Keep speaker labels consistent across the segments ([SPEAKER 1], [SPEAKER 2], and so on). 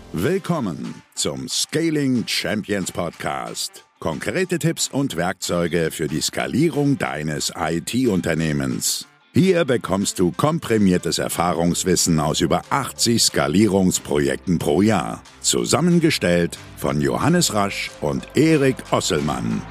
[SPEAKER 1] Willkommen zum Scaling Champions Podcast. Konkrete Tipps und Werkzeuge für die Skalierung deines IT-Unternehmens. Hier bekommst du komprimiertes Erfahrungswissen aus über 80 Skalierungsprojekten pro Jahr. Zusammengestellt von Johannes Rasch und Erik Osselmann.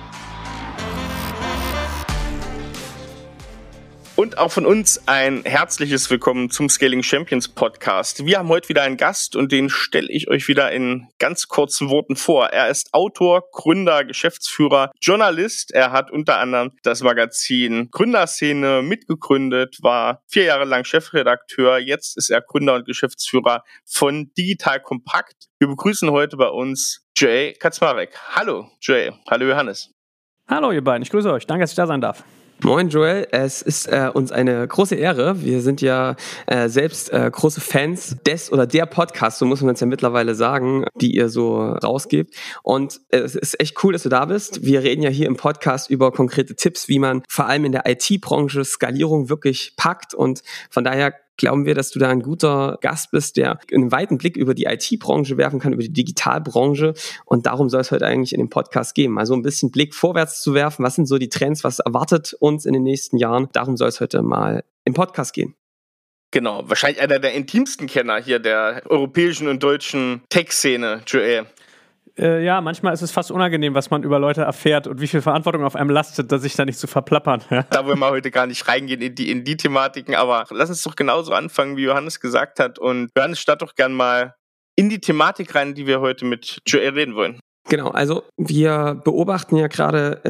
[SPEAKER 2] Und auch von uns ein herzliches Willkommen zum Scaling Champions Podcast. Wir haben heute wieder einen Gast und den stelle ich euch wieder in ganz kurzen Worten vor. Er ist Autor, Gründer, Geschäftsführer, Journalist. Er hat unter anderem das Magazin Gründerszene mitgegründet, war 4 Jahre lang Chefredakteur. Jetzt ist er Gründer und Geschäftsführer von Digital Compact. Wir begrüßen heute bei uns Joel Kaczmarek. Hallo Joel. Hallo Johannes.
[SPEAKER 3] Hallo ihr beiden, ich grüße euch. Danke, dass ich da sein darf.
[SPEAKER 4] Moin Joel, es ist uns eine große Ehre. Wir sind ja selbst große Fans des oder der Podcast, so muss man es ja mittlerweile sagen, die ihr so rausgebt. Und es ist echt cool, dass du da bist. Wir reden ja hier im Podcast über konkrete Tipps, wie man vor allem in der IT-Branche Skalierung wirklich packt. Und von daher glauben wir, dass du da ein guter Gast bist, der einen weiten Blick über die IT-Branche werfen kann, über die Digitalbranche. Und darum soll es heute eigentlich in dem Podcast gehen. Mal so ein bisschen Blick vorwärts zu werfen. Was sind so die Trends? Was erwartet uns in den nächsten Jahren? Darum soll es heute mal im Podcast gehen.
[SPEAKER 2] Genau, wahrscheinlich einer der intimsten Kenner hier der europäischen und deutschen Tech-Szene, Joel.
[SPEAKER 3] Ja, manchmal ist es fast unangenehm, was man über Leute erfährt und wie viel Verantwortung auf einem lastet, dass sich da nicht zu verplappern. Ja.
[SPEAKER 2] Da wollen wir heute gar nicht reingehen in die Thematiken, aber lass uns doch genauso anfangen, wie Johannes gesagt hat. Und Johannes, start doch gern mal in die Thematik rein, die wir heute mit Joel reden wollen.
[SPEAKER 4] Genau, also wir beobachten ja gerade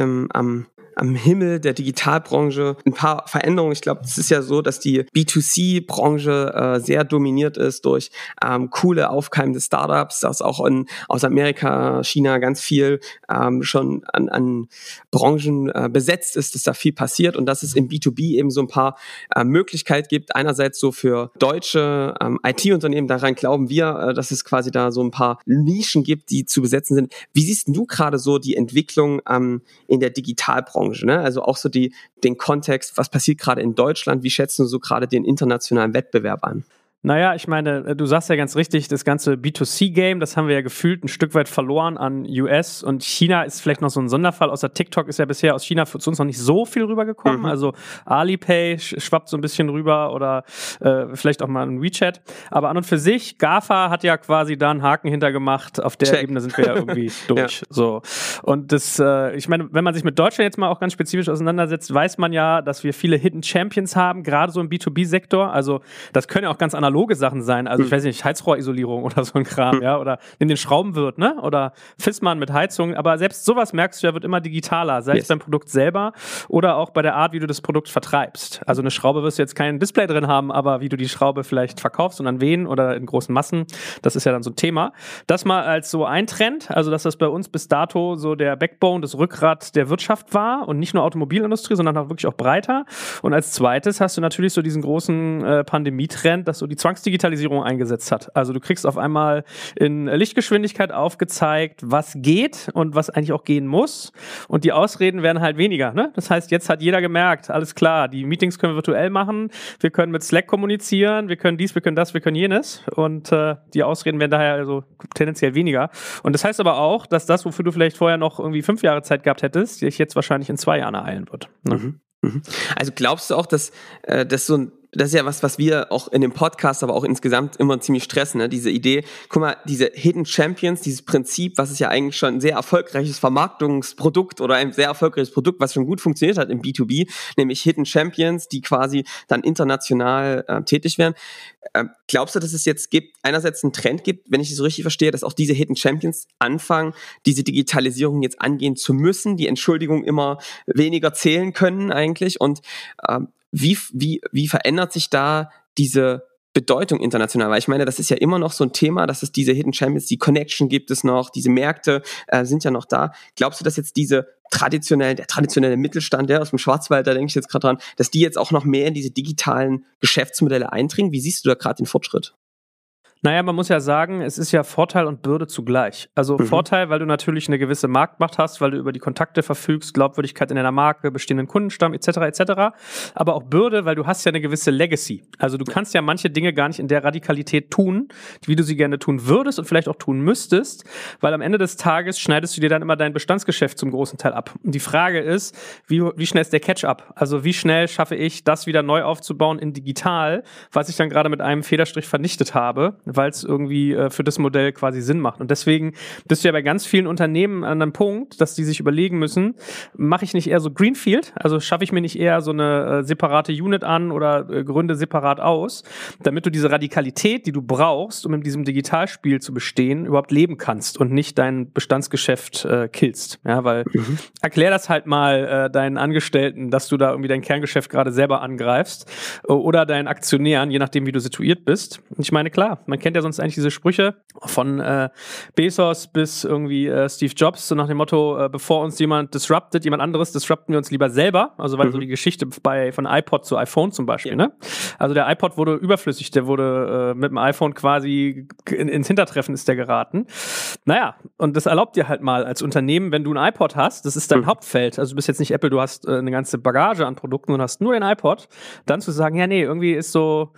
[SPEAKER 4] am Himmel der Digitalbranche ein paar Veränderungen. Ich glaube, es ist ja so, dass die B2C-Branche sehr dominiert ist durch coole, aufkeimende Startups, dass auch aus Amerika, China ganz viel schon an Branchen besetzt ist, dass da viel passiert und dass es im B2B eben so ein paar Möglichkeiten gibt. Einerseits so für deutsche IT-Unternehmen, daran glauben wir, dass es quasi da so ein paar Nischen gibt, die zu besetzen sind. Wie siehst du gerade so die Entwicklung in der Digitalbranche? Ne? Also auch so den Kontext, was passiert gerade in Deutschland, wie schätzen du so gerade den internationalen Wettbewerb an?
[SPEAKER 3] Naja, ich meine, du sagst ja ganz richtig, das ganze B2C-Game, das haben wir ja gefühlt ein Stück weit verloren an US und China ist vielleicht noch so ein Sonderfall, außer TikTok ist ja bisher aus China zu uns noch nicht so viel rübergekommen, also Alipay schwappt so ein bisschen rüber oder vielleicht auch mal ein WeChat, aber an und für sich, GAFA hat ja quasi da einen Haken hintergemacht, auf der Ebene sind wir ja irgendwie durch. Ja. So. Und das, ich meine, wenn man sich mit Deutschland jetzt mal auch ganz spezifisch auseinandersetzt, weiß man ja, dass wir viele Hidden Champions haben, gerade so im B2B-Sektor, also das können ja auch ganz analoge Sachen sein, also ich weiß nicht, Heizrohrisolierung oder so ein Kram, ja, oder nimm den Schraubenwirt, ne, oder Fissmann mit Heizung, aber selbst sowas merkst du ja, wird immer digitaler, sei es beim Produkt selber oder auch bei der Art, wie du das Produkt vertreibst. Also eine Schraube wirst du jetzt kein Display drin haben, aber wie du die Schraube vielleicht verkaufst und an wen oder in großen Massen, das ist ja dann so ein Thema. Das mal als so ein Trend, also dass das bei uns bis dato so der Backbone, das Rückgrat der Wirtschaft war und nicht nur Automobilindustrie, sondern auch wirklich auch breiter. Und als zweites hast du natürlich so diesen großen Pandemietrend, dass so die Zwangsdigitalisierung eingesetzt hat. Also du kriegst auf einmal in Lichtgeschwindigkeit aufgezeigt, was geht und was eigentlich auch gehen muss. Und die Ausreden werden halt weniger. Ne? Das heißt, jetzt hat jeder gemerkt, alles klar, die Meetings können wir virtuell machen, wir können mit Slack kommunizieren, wir können dies, wir können das, wir können jenes. Und die Ausreden werden daher also tendenziell weniger. Und das heißt aber auch, dass das, wofür du vielleicht vorher noch irgendwie 5 Jahre Zeit gehabt hättest, dich jetzt wahrscheinlich in 2 Jahren ereilen wird. Ne?
[SPEAKER 4] Also glaubst du auch, dass das ist ja was wir auch in dem Podcast, aber auch insgesamt immer ziemlich stressen, ne? Diese Idee, guck mal, diese Hidden Champions, dieses Prinzip, was ist ja eigentlich schon ein sehr erfolgreiches Vermarktungsprodukt oder ein sehr erfolgreiches Produkt, was schon gut funktioniert hat im B2B, nämlich Hidden Champions, die quasi dann international tätig werden. Glaubst du, dass es jetzt einerseits einen Trend gibt, wenn ich es so richtig verstehe, dass auch diese Hidden Champions anfangen, diese Digitalisierung jetzt angehen zu müssen, die Entschuldigung immer weniger zählen können eigentlich und wie verändert sich da diese Bedeutung international? Weil ich meine, das ist ja immer noch so ein Thema, dass es diese Hidden Champions, die Connection gibt es noch, diese Märkte sind ja noch da. Glaubst du, dass jetzt der traditionelle Mittelstand, der aus dem Schwarzwald, da denke ich jetzt gerade dran, dass die jetzt auch noch mehr in diese digitalen Geschäftsmodelle eindringen? Wie siehst du da gerade den Fortschritt?
[SPEAKER 3] Naja, man muss ja sagen, es ist ja Vorteil und Bürde zugleich. Also Vorteil, weil du natürlich eine gewisse Marktmacht hast, weil du über die Kontakte verfügst, Glaubwürdigkeit in deiner Marke, bestehenden Kundenstamm etc. etc. Aber auch Bürde, weil du hast ja eine gewisse Legacy. Also du kannst ja manche Dinge gar nicht in der Radikalität tun, wie du sie gerne tun würdest und vielleicht auch tun müsstest, weil am Ende des Tages schneidest du dir dann immer dein Bestandsgeschäft zum großen Teil ab. Und die Frage ist, wie schnell ist der Catch-up? Also wie schnell schaffe ich, das wieder neu aufzubauen in digital, was ich dann gerade mit einem Federstrich vernichtet habe, weil es irgendwie für das Modell quasi Sinn macht. Und deswegen bist du ja bei ganz vielen Unternehmen an einem Punkt, dass die sich überlegen müssen, mache ich nicht eher so Greenfield? Also schaffe ich mir nicht eher so eine separate Unit an oder gründe separat aus, damit du diese Radikalität, die du brauchst, um in diesem Digitalspiel zu bestehen, überhaupt leben kannst und nicht dein Bestandsgeschäft killst. Ja, weil erklär das halt mal deinen Angestellten, dass du da irgendwie dein Kerngeschäft gerade selber angreifst oder deinen Aktionären, je nachdem, wie du situiert bist. Und ich meine, klar, man kennt ja sonst eigentlich diese Sprüche von Bezos bis irgendwie Steve Jobs, so nach dem Motto, bevor uns jemand anderes, disrupten wir uns lieber selber. Also weil so die Geschichte von iPod zu iPhone zum Beispiel, ne? Also der iPod wurde überflüssig, der wurde mit dem iPhone quasi ins Hintertreffen ist der geraten. Naja, und das erlaubt dir halt mal als Unternehmen, wenn du ein iPod hast, das ist dein Hauptfeld, also du bist jetzt nicht Apple, du hast eine ganze Bagage an Produkten und hast nur den iPod, dann zu sagen, ja nee, irgendwie ist so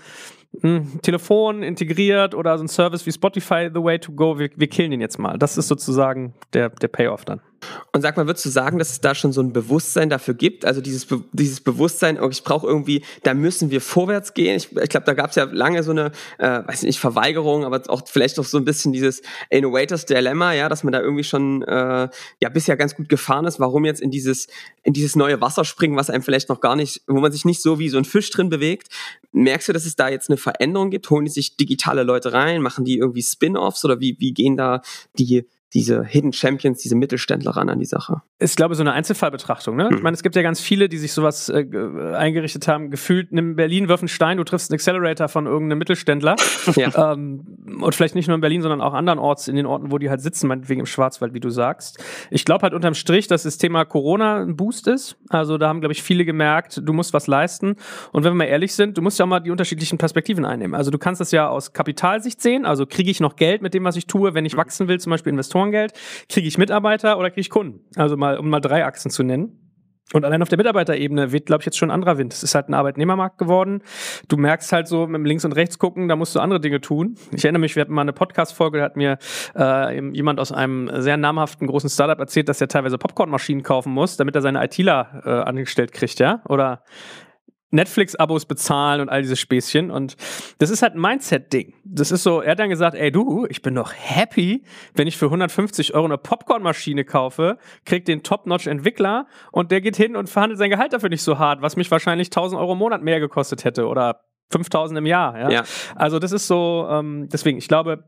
[SPEAKER 3] Telefon integriert oder so ein Service wie Spotify the way to go, wir killen den jetzt mal. Das ist sozusagen der Payoff dann.
[SPEAKER 4] Und sag mal, würdest du sagen, dass es da schon so ein Bewusstsein dafür gibt? Also dieses Bewusstsein, ich brauche irgendwie, da müssen wir vorwärts gehen. Ich glaube, da gab es ja lange so eine, weiß nicht, Verweigerung, aber auch vielleicht auch so ein bisschen dieses Innovators Dilemma, ja, dass man da irgendwie schon bisher ganz gut gefahren ist. Warum jetzt in dieses neue Wasser springen, was einem vielleicht noch gar nicht, wo man sich nicht so wie so ein Fisch drin bewegt? Merkst du, dass es da jetzt eine Veränderung gibt? Holen die sich digitale Leute rein? Machen die irgendwie Spin-offs oder wie gehen da diese Hidden Champions, diese Mittelständler ran an die Sache?
[SPEAKER 3] Ist, glaube ich, so eine Einzelfallbetrachtung, ne? Ich meine, es gibt ja ganz viele, die sich sowas eingerichtet haben, gefühlt, nimm Berlin, wirf einen Stein, du triffst einen Accelerator von irgendeinem Mittelständler. Ja. Und vielleicht nicht nur in Berlin, sondern auch andernorts, in den Orten, wo die halt sitzen, meinetwegen im Schwarzwald, wie du sagst. Ich glaube halt unterm Strich, dass das Thema Corona ein Boost ist. Also da haben, glaube ich, viele gemerkt, du musst was leisten. Und wenn wir mal ehrlich sind, du musst ja auch mal die unterschiedlichen Perspektiven einnehmen. Also du kannst das ja aus Kapitalsicht sehen, also kriege ich noch Geld mit dem, was ich tue, wenn ich wachsen will, zum Beispiel Investorengeld, kriege ich Mitarbeiter oder kriege ich Kunden? Also um mal 3 Achsen zu nennen. Und allein auf der Mitarbeiterebene weht, glaube ich, jetzt schon ein anderer Wind. Es ist halt ein Arbeitnehmermarkt geworden. Du merkst halt so, mit dem Links und Rechts gucken, da musst du andere Dinge tun. Ich erinnere mich, wir hatten mal eine Podcast-Folge, da hat mir jemand aus einem sehr namhaften großen Startup erzählt, dass er teilweise Popcornmaschinen kaufen muss, damit er seine ITler angestellt kriegt, ja? Oder Netflix-Abos bezahlen und all diese Späßchen. Und das ist halt ein Mindset-Ding. Das ist so, er hat dann gesagt, ey du, ich bin doch happy, wenn ich für 150 € eine Popcornmaschine kaufe, krieg den Top-Notch-Entwickler und der geht hin und verhandelt sein Gehalt dafür nicht so hart, was mich wahrscheinlich 1.000 € im Monat mehr gekostet hätte oder 5.000 im Jahr. Ja? Also das ist so, deswegen, ich glaube,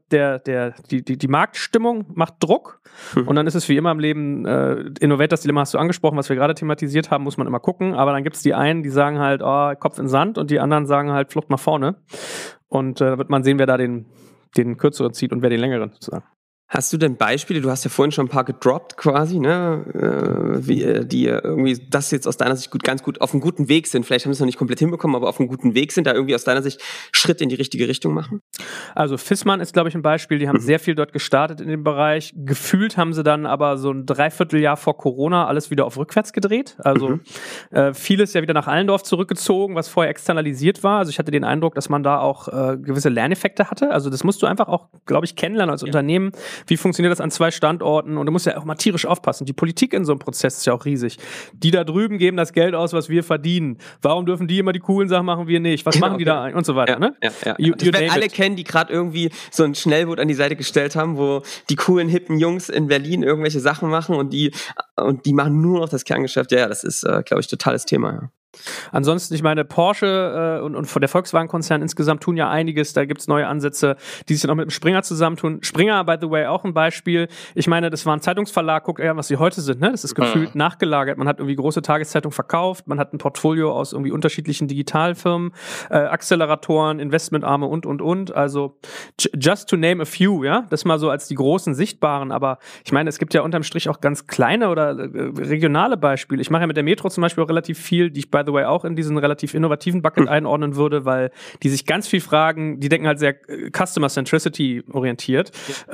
[SPEAKER 3] die Marktstimmung macht Druck und dann ist es wie immer im Leben, Innovators Dilemma hast du angesprochen, was wir gerade thematisiert haben, muss man immer gucken, aber dann gibt es die einen, die sagen halt, Kopf in Sand und die anderen sagen halt, Flucht nach vorne und da wird man sehen, wer da den kürzeren zieht und wer den längeren sozusagen.
[SPEAKER 4] Hast du denn Beispiele, du hast ja vorhin schon ein paar gedroppt quasi, ne, die irgendwie das jetzt aus deiner Sicht ganz gut auf einem guten Weg sind, vielleicht haben sie es noch nicht komplett hinbekommen, aber auf einem guten Weg sind, da irgendwie aus deiner Sicht Schritte in die richtige Richtung machen?
[SPEAKER 3] Also Fissmann ist, glaube ich, ein Beispiel, die haben sehr viel dort gestartet in dem Bereich, gefühlt haben sie dann aber so ein Dreivierteljahr vor Corona alles wieder auf rückwärts gedreht, also vieles ja wieder nach Allendorf zurückgezogen, was vorher externalisiert war, also ich hatte den Eindruck, dass man da auch gewisse Lerneffekte hatte, also das musst du einfach auch, glaube ich, kennenlernen als Unternehmen. Wie funktioniert das an 2 Standorten? Und du musst ja auch mal tierisch aufpassen. Die Politik in so einem Prozess ist ja auch riesig. Die da drüben geben das Geld aus, was wir verdienen. Warum dürfen die immer die coolen Sachen machen, wir nicht? Was machen die da ein? Und so weiter. Ne?
[SPEAKER 4] Das werden alle kennen, die gerade irgendwie so ein Schnellboot an die Seite gestellt haben, wo die coolen, hippen Jungs in Berlin irgendwelche Sachen machen und die machen nur noch das Kerngeschäft. Ja, das ist, glaube ich, totales Thema. Ja.
[SPEAKER 3] Ansonsten, ich meine, Porsche und der Volkswagen-Konzern insgesamt tun ja einiges, da gibt's neue Ansätze, die sich dann auch mit dem Springer zusammentun. Springer, by the way, auch ein Beispiel. Ich meine, das war ein Zeitungsverlag, guckt eher, was sie heute sind, ne? Das ist gefühlt nachgelagert. Man hat irgendwie große Tageszeitungen verkauft, man hat ein Portfolio aus irgendwie unterschiedlichen Digitalfirmen, Acceleratoren, Investmentarme und. Also, just to name a few, ja? Das mal so als die großen sichtbaren, aber ich meine, es gibt ja unterm Strich auch ganz kleine oder regionale Beispiele. Ich mache ja mit der Metro zum Beispiel auch relativ viel, die ich by by the way, auch in diesen relativ innovativen Bucket einordnen würde, weil die sich ganz viel fragen, die denken halt sehr Customer Centricity orientiert.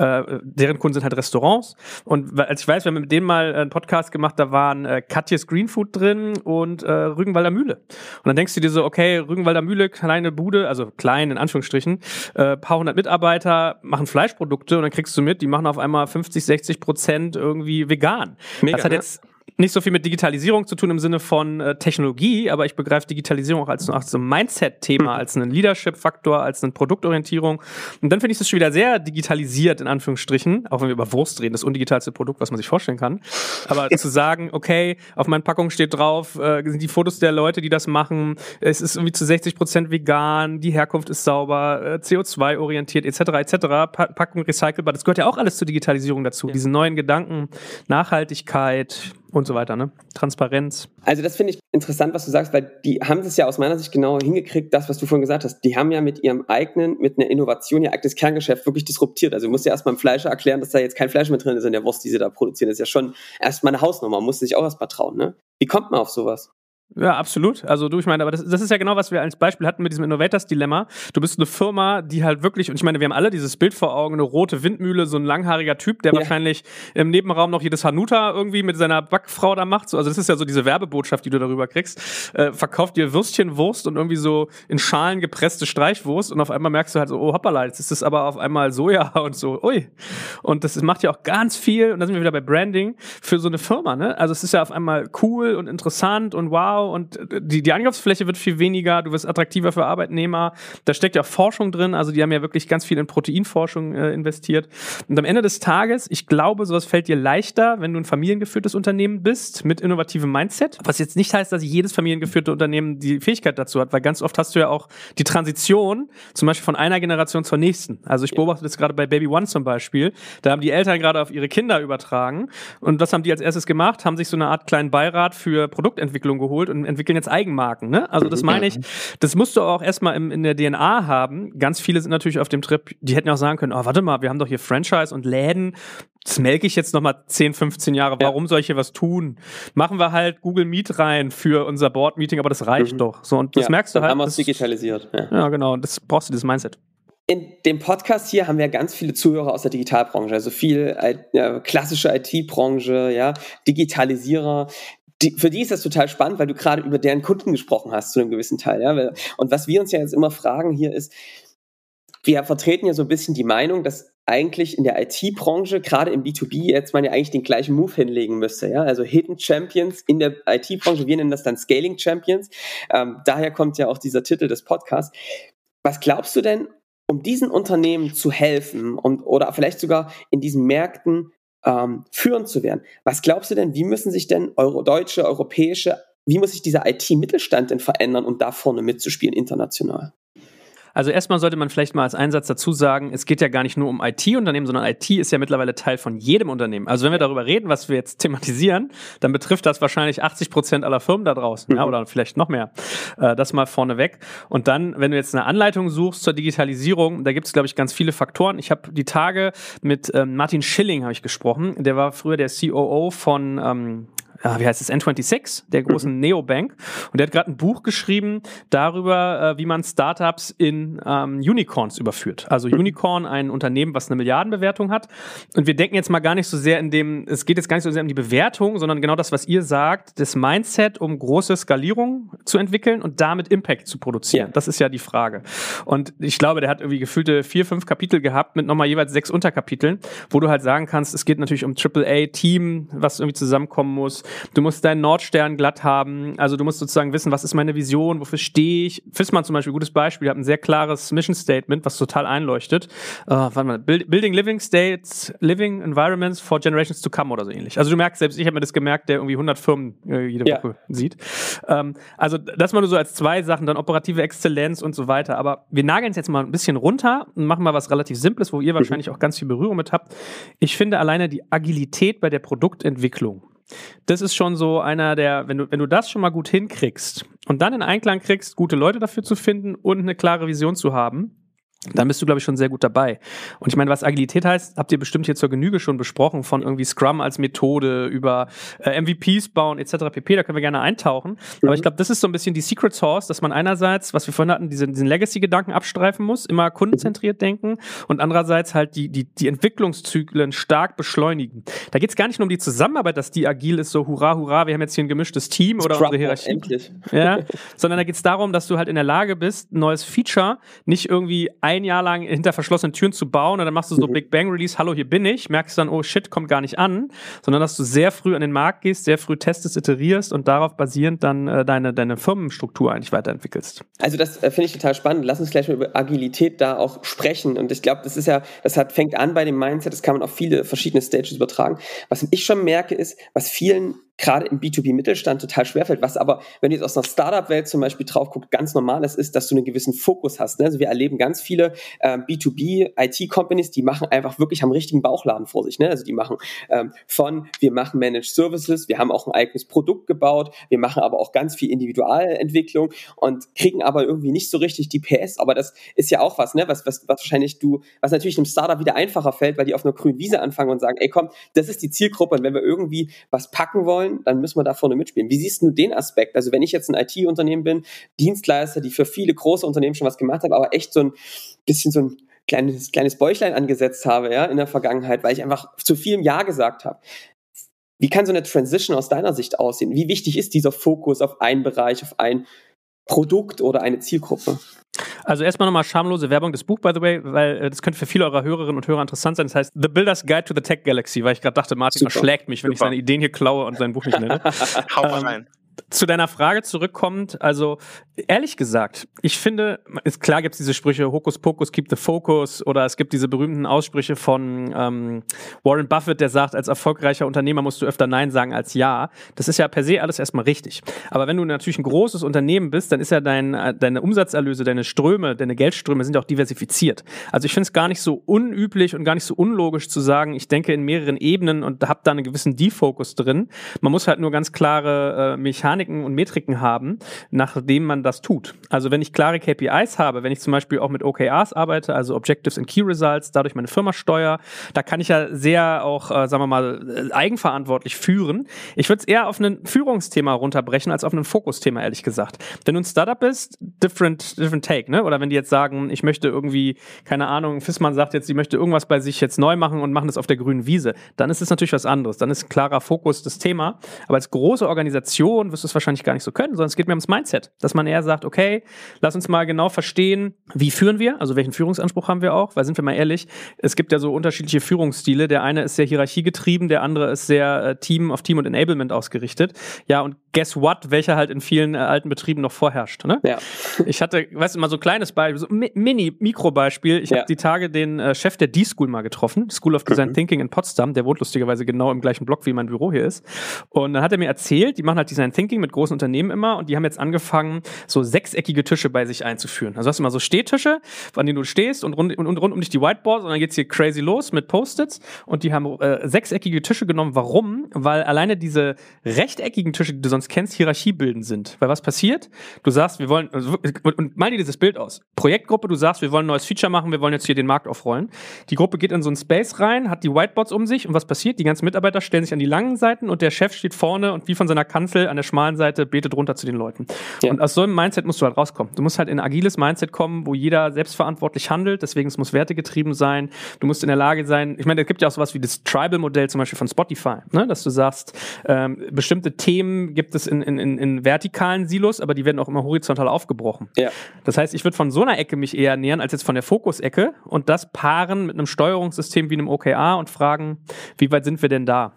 [SPEAKER 3] Deren Kunden sind halt Restaurants. Und als ich weiß, wir haben mit denen mal einen Podcast gemacht, da waren Katjes Green Food drin und Rügenwalder Mühle. Und dann denkst du dir so, okay, Rügenwalder Mühle, kleine Bude, also klein in Anführungsstrichen, paar hundert Mitarbeiter machen Fleischprodukte und dann kriegst du mit, die machen auf einmal 50-60% irgendwie vegan.
[SPEAKER 4] Mega,
[SPEAKER 3] das hat jetzt nicht so viel mit Digitalisierung zu tun im Sinne von Technologie, aber ich begreife Digitalisierung auch als so ein Mindset-Thema, als einen Leadership-Faktor, als eine Produktorientierung. Und dann finde ich das schon wieder sehr digitalisiert, in Anführungsstrichen, auch wenn wir über Wurst reden, das undigitalste Produkt, was man sich vorstellen kann. Aber zu sagen, okay, auf meinen Packungen steht drauf, sind die Fotos der Leute, die das machen, es ist irgendwie zu 60% vegan, die Herkunft ist sauber, CO2-orientiert, etc., Packung recycelbar, das gehört ja auch alles zur Digitalisierung dazu. Ja. Diese neuen Gedanken, Nachhaltigkeit und so weiter, ne? Transparenz.
[SPEAKER 4] Also das finde ich interessant, was du sagst, weil die haben das ja aus meiner Sicht genau hingekriegt, das, was du vorhin gesagt hast. Die haben ja mit einer Innovation ihr eigenes Kerngeschäft wirklich disruptiert. Also du musst ja erstmal einem Fleischer erklären, dass da jetzt kein Fleisch mehr drin ist in der Wurst, die sie da produzieren. Das ist ja schon erstmal eine Hausnummer, man muss sich auch erstmal trauen, ne? Wie kommt man auf sowas?
[SPEAKER 3] Ja, absolut. Also ich meine, aber das ist ja genau, was wir als Beispiel hatten mit diesem Innovators-Dilemma. Du bist eine Firma, die halt wirklich, und ich meine, wir haben alle dieses Bild vor Augen, eine rote Windmühle, so ein langhaariger Typ, der wahrscheinlich im Nebenraum noch jedes Hanuta irgendwie mit seiner Backfrau da macht. Also das ist ja so diese Werbebotschaft, die du darüber kriegst. Verkauft dir Würstchen, Wurst und irgendwie so in Schalen gepresste Streichwurst und auf einmal merkst du halt so, oh hoppala, jetzt ist das aber auf einmal Soja und so, ui. Und das macht ja auch ganz viel, und da sind wir wieder bei Branding, für so eine Firma, ne? Also es ist ja auf einmal cool und interessant und wow, und die Angriffsfläche wird viel weniger, du wirst attraktiver für Arbeitnehmer, da steckt ja auch Forschung drin, also die haben ja wirklich ganz viel in Proteinforschung investiert. Und am Ende des Tages, ich glaube, sowas fällt dir leichter, wenn du ein familiengeführtes Unternehmen bist, mit innovativem Mindset, was jetzt nicht heißt, dass jedes familiengeführte Unternehmen die Fähigkeit dazu hat, weil ganz oft hast du ja auch die Transition, zum Beispiel von einer Generation zur nächsten. Also ich beobachte das gerade bei Baby One zum Beispiel, da haben die Eltern gerade auf ihre Kinder übertragen, und was haben die als erstes gemacht? Haben sich so eine Art kleinen Beirat für Produktentwicklung geholt und entwickeln jetzt Eigenmarken, ne? Also das meine ich, das musst du auch erstmal in der DNA haben. Ganz viele sind natürlich auf dem Trip, die hätten auch sagen können, oh, warte mal, wir haben doch hier Franchise und Läden, das melke ich jetzt nochmal 10, 15 Jahre, warum soll ich hier was tun? Machen wir halt Google Meet rein für unser Board-Meeting, aber das reicht doch. So, und das merkst du halt.
[SPEAKER 4] Haben wir es digitalisiert.
[SPEAKER 3] Ja, genau, das brauchst du, dieses Mindset.
[SPEAKER 4] In dem Podcast hier haben wir ganz viele Zuhörer aus der Digitalbranche, also viel klassische IT-Branche, ja, Digitalisierer. Für die ist das total spannend, weil du gerade über deren Kunden gesprochen hast, zu einem gewissen Teil. Ja? Und was wir uns ja jetzt immer fragen hier ist, wir vertreten ja so ein bisschen die Meinung, dass eigentlich in der IT-Branche, gerade im B2B, jetzt man ja eigentlich den gleichen Move hinlegen müsste. Ja? Also Hidden Champions in der IT-Branche, wir nennen das dann Scaling Champions. Daher kommt ja auch dieser Titel des Podcasts. Was glaubst du denn, um diesen Unternehmen zu helfen oder vielleicht sogar in diesen Märkten führend zu werden? Was glaubst du denn, wie müssen sich denn wie muss sich dieser IT-Mittelstand denn verändern, um da vorne mitzuspielen international?
[SPEAKER 3] Also erstmal sollte man vielleicht mal als Einsatz dazu sagen, es geht ja gar nicht nur um IT-Unternehmen, sondern IT ist ja mittlerweile Teil von jedem Unternehmen. Also wenn wir darüber reden, was wir jetzt thematisieren, dann betrifft das wahrscheinlich 80% aller Firmen da draußen, ja, oder vielleicht noch mehr. Das mal vorneweg. Und dann, wenn du jetzt eine Anleitung suchst zur Digitalisierung, da gibt es, glaube ich, ganz viele Faktoren. Ich habe die Tage mit Martin Schilling habe ich gesprochen. Der war früher der COO von wie heißt es, N26, der großen Neobank. Und der hat gerade ein Buch geschrieben darüber, wie man Startups in Unicorns überführt. Also Unicorn, ein Unternehmen, was eine Milliardenbewertung hat. Und wir denken jetzt mal gar nicht so sehr es geht jetzt gar nicht so sehr um die Bewertung, sondern genau das, was ihr sagt, das Mindset, um große Skalierung zu entwickeln und damit Impact zu produzieren. Ja. Das ist ja die Frage. Und ich glaube, der hat irgendwie gefühlte 4, 5 Kapitel gehabt mit nochmal jeweils 6 Unterkapiteln, wo du halt sagen kannst, es geht natürlich um AAA-Team, was irgendwie zusammenkommen muss. Du musst deinen Nordstern glatt haben, also du musst sozusagen wissen, was ist meine Vision, wofür stehe ich. Fissmann zum Beispiel, gutes Beispiel, hat ein sehr klares Mission Statement, was total einleuchtet. Warte mal, Building Living States, Living Environments for Generations to Come oder so ähnlich. Also du merkst, selbst ich habe mir das gemerkt, der irgendwie 100 Firmen jede Woche sieht. Also das mal nur so als 2 Sachen, dann operative Exzellenz und so weiter. Aber wir nageln es jetzt mal ein bisschen runter und machen mal was relativ Simples, wo ihr wahrscheinlich auch ganz viel Berührung mit habt. Ich finde alleine die Agilität bei der Produktentwicklung, das ist schon so einer der, wenn du das schon mal gut hinkriegst und dann in Einklang kriegst, gute Leute dafür zu finden und eine klare Vision zu haben, dann bist du, glaube ich, schon sehr gut dabei. Und ich meine, was Agilität heißt, habt ihr bestimmt hier zur Genüge schon besprochen, von irgendwie Scrum als Methode über MVPs bauen etc. pp. Da können wir gerne eintauchen. Aber ich glaube, das ist so ein bisschen die Secret Sauce, dass man einerseits, was wir vorhin hatten, diesen Legacy-Gedanken abstreifen muss, immer kundenzentriert denken und andererseits halt die Entwicklungszyklen stark beschleunigen. Da geht es gar nicht nur um die Zusammenarbeit, dass die agil ist, so hurra, hurra, wir haben jetzt hier ein gemischtes Team oder unsere Hierarchie.
[SPEAKER 4] Endlich.
[SPEAKER 3] Ja, sondern da geht es darum, dass du halt in der Lage bist, ein neues Feature nicht irgendwie ein Jahr lang hinter verschlossenen Türen zu bauen und dann machst du so Big Bang Release, hallo, hier bin ich, merkst dann, oh shit, kommt gar nicht an, sondern dass du sehr früh an den Markt gehst, sehr früh testest, iterierst und darauf basierend dann deine Firmenstruktur eigentlich weiterentwickelst.
[SPEAKER 4] Also das finde ich total spannend. Lass uns gleich mal über Agilität da auch sprechen und ich glaube, fängt an bei dem Mindset, das kann man auf viele verschiedene Stages übertragen. Was ich schon merke ist, was vielen gerade im B2B-Mittelstand total schwerfällt, was aber, wenn du jetzt aus einer Startup-Welt zum Beispiel drauf guckst, ganz normal ist, dass du einen gewissen Fokus hast. Ne? Also wir erleben ganz viele B2B-IT-Companies, die machen einfach wirklich, haben einen richtigen Bauchladen vor sich. Ne? Also die machen wir machen Managed Services, wir haben auch ein eigenes Produkt gebaut, wir machen aber auch ganz viel Individualentwicklung und kriegen aber irgendwie nicht so richtig die PS, aber das ist ja auch was, ne? was wahrscheinlich was natürlich einem Startup wieder einfacher fällt, weil die auf einer grünen Wiese anfangen und sagen, ey komm, das ist die Zielgruppe und wenn wir irgendwie was packen wollen, dann müssen wir da vorne mitspielen. Wie siehst du den Aspekt? Also wenn ich jetzt ein IT-Unternehmen bin, Dienstleister, die für viele große Unternehmen schon was gemacht haben, aber echt so ein bisschen so ein kleines Bäuchlein angesetzt habe, ja, in der Vergangenheit, weil ich einfach zu vielem Ja gesagt habe. Wie kann so eine Transition aus deiner Sicht aussehen? Wie wichtig ist dieser Fokus auf einen Bereich, auf ein Produkt oder eine Zielgruppe?
[SPEAKER 3] Also erstmal nochmal schamlose Werbung des Buch, by the way, weil das könnte für viele eurer Hörerinnen und Hörer interessant sein. Das heißt The Builder's Guide to the Tech Galaxy, weil ich gerade dachte, Martin verschlägt mich, wenn ich seine Ideen hier klaue und sein Buch nicht nenne.
[SPEAKER 2] Hau mal rein.
[SPEAKER 3] Zu deiner Frage zurückkommt, also ehrlich gesagt, ich finde, klar gibt es diese Sprüche, Hokus Pokus, keep the focus, oder es gibt diese berühmten Aussprüche von Warren Buffett, der sagt, als erfolgreicher Unternehmer musst du öfter Nein sagen als Ja. Das ist ja per se alles erstmal richtig. Aber wenn du natürlich ein großes Unternehmen bist, dann ist ja deine Umsatzerlöse, deine Ströme, deine Geldströme sind auch diversifiziert. Also ich finde es gar nicht so unüblich und gar nicht so unlogisch zu sagen, ich denke in mehreren Ebenen und habe da einen gewissen Defocus drin. Man muss halt nur ganz klare Mechaniken und Metriken haben, nachdem man das tut. Also wenn ich klare KPIs habe, wenn ich zum Beispiel auch mit OKRs arbeite, also Objectives and Key Results, dadurch meine Firma steuere, da kann ich ja sehr auch, sagen wir mal, eigenverantwortlich führen. Ich würde es eher auf ein Führungsthema runterbrechen, als auf ein Fokusthema, ehrlich gesagt. Wenn du ein Startup bist, different take, ne? Oder wenn die jetzt sagen, ich möchte irgendwie, keine Ahnung, Fissmann sagt jetzt, sie möchte irgendwas bei sich jetzt neu machen und machen das auf der grünen Wiese, dann ist es natürlich was anderes. Dann ist klarer Fokus das Thema. Aber als große Organisation wirst du es wahrscheinlich gar nicht so können, sondern es geht mir ums Mindset, dass man eher sagt, okay, lass uns mal genau verstehen, wie führen wir, also welchen Führungsanspruch haben wir auch, weil sind wir mal ehrlich, es gibt ja so unterschiedliche Führungsstile, der eine ist sehr hierarchiegetrieben, der andere ist sehr auf Team und Enablement ausgerichtet, ja, und guess what, welcher halt in vielen alten Betrieben noch vorherrscht, ne? Ja. Ich hatte, weißt du, mal so ein kleines Beispiel, so Mikro-Beispiel, ich habe die Tage den Chef der D-School mal getroffen, School of Design Thinking in Potsdam, der wohnt lustigerweise genau im gleichen Block, wie mein Büro hier ist, und dann hat er mir erzählt, die machen halt Design Thinking mit großen Unternehmen immer und die haben jetzt angefangen, so sechseckige Tische bei sich einzuführen. Also hast du mal so Stehtische, an denen du stehst und rund um dich die Whiteboards und dann geht's hier crazy los mit Post-its und die haben sechseckige Tische genommen. Warum? Weil alleine diese rechteckigen Tische, die du sonst kennst, hierarchiebildend sind. Weil was passiert? Du sagst, wir wollen, und mal dir dieses Bild aus. Projektgruppe, du sagst, wir wollen ein neues Feature machen, wir wollen jetzt hier den Markt aufrollen. Die Gruppe geht in so einen Space rein, hat die Whiteboards um sich und was passiert? Die ganzen Mitarbeiter stellen sich an die langen Seiten und der Chef steht vorne und wie von seiner Kanzel an der schmalen Seite betet runter zu den Leuten. Ja. Und aus so einem Mindset musst du halt rauskommen. Du musst halt in ein agiles Mindset kommen, wo jeder selbstverantwortlich handelt, deswegen es muss wertegetrieben sein. Du musst in der Lage sein, ich meine, es gibt ja auch sowas wie das Tribal-Modell zum Beispiel von Spotify, ne? Dass du sagst, bestimmte Themen gibt es in vertikalen Silos, aber die werden auch immer horizontal aufgebrochen. Ja. Das heißt, ich würde von so einer Ecke mich eher nähern, als jetzt von der Fokus-Ecke und das paaren mit einem Steuerungssystem wie einem OKR und fragen, wie weit sind wir denn da?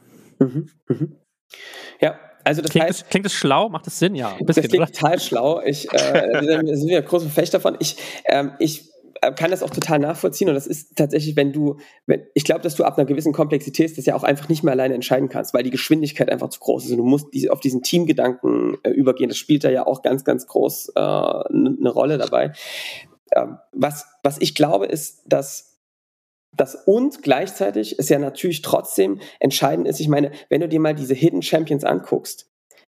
[SPEAKER 4] Ja. Also das
[SPEAKER 3] klingt das schlau? Macht das Sinn? Ja.
[SPEAKER 4] Das klingt total schlau. Sind wir große Verfechter davon. Ich kann das auch total nachvollziehen und das ist tatsächlich, ich glaube, dass du ab einer gewissen Komplexität das ja auch einfach nicht mehr alleine entscheiden kannst, weil die Geschwindigkeit einfach zu groß ist und du musst auf diesen Teamgedanken übergehen. Das spielt da ja auch ganz, ganz groß eine Rolle dabei. Was ich glaube, ist, dass das und gleichzeitig ist ja natürlich trotzdem entscheidend ist, ich meine, wenn du dir mal diese Hidden Champions anguckst,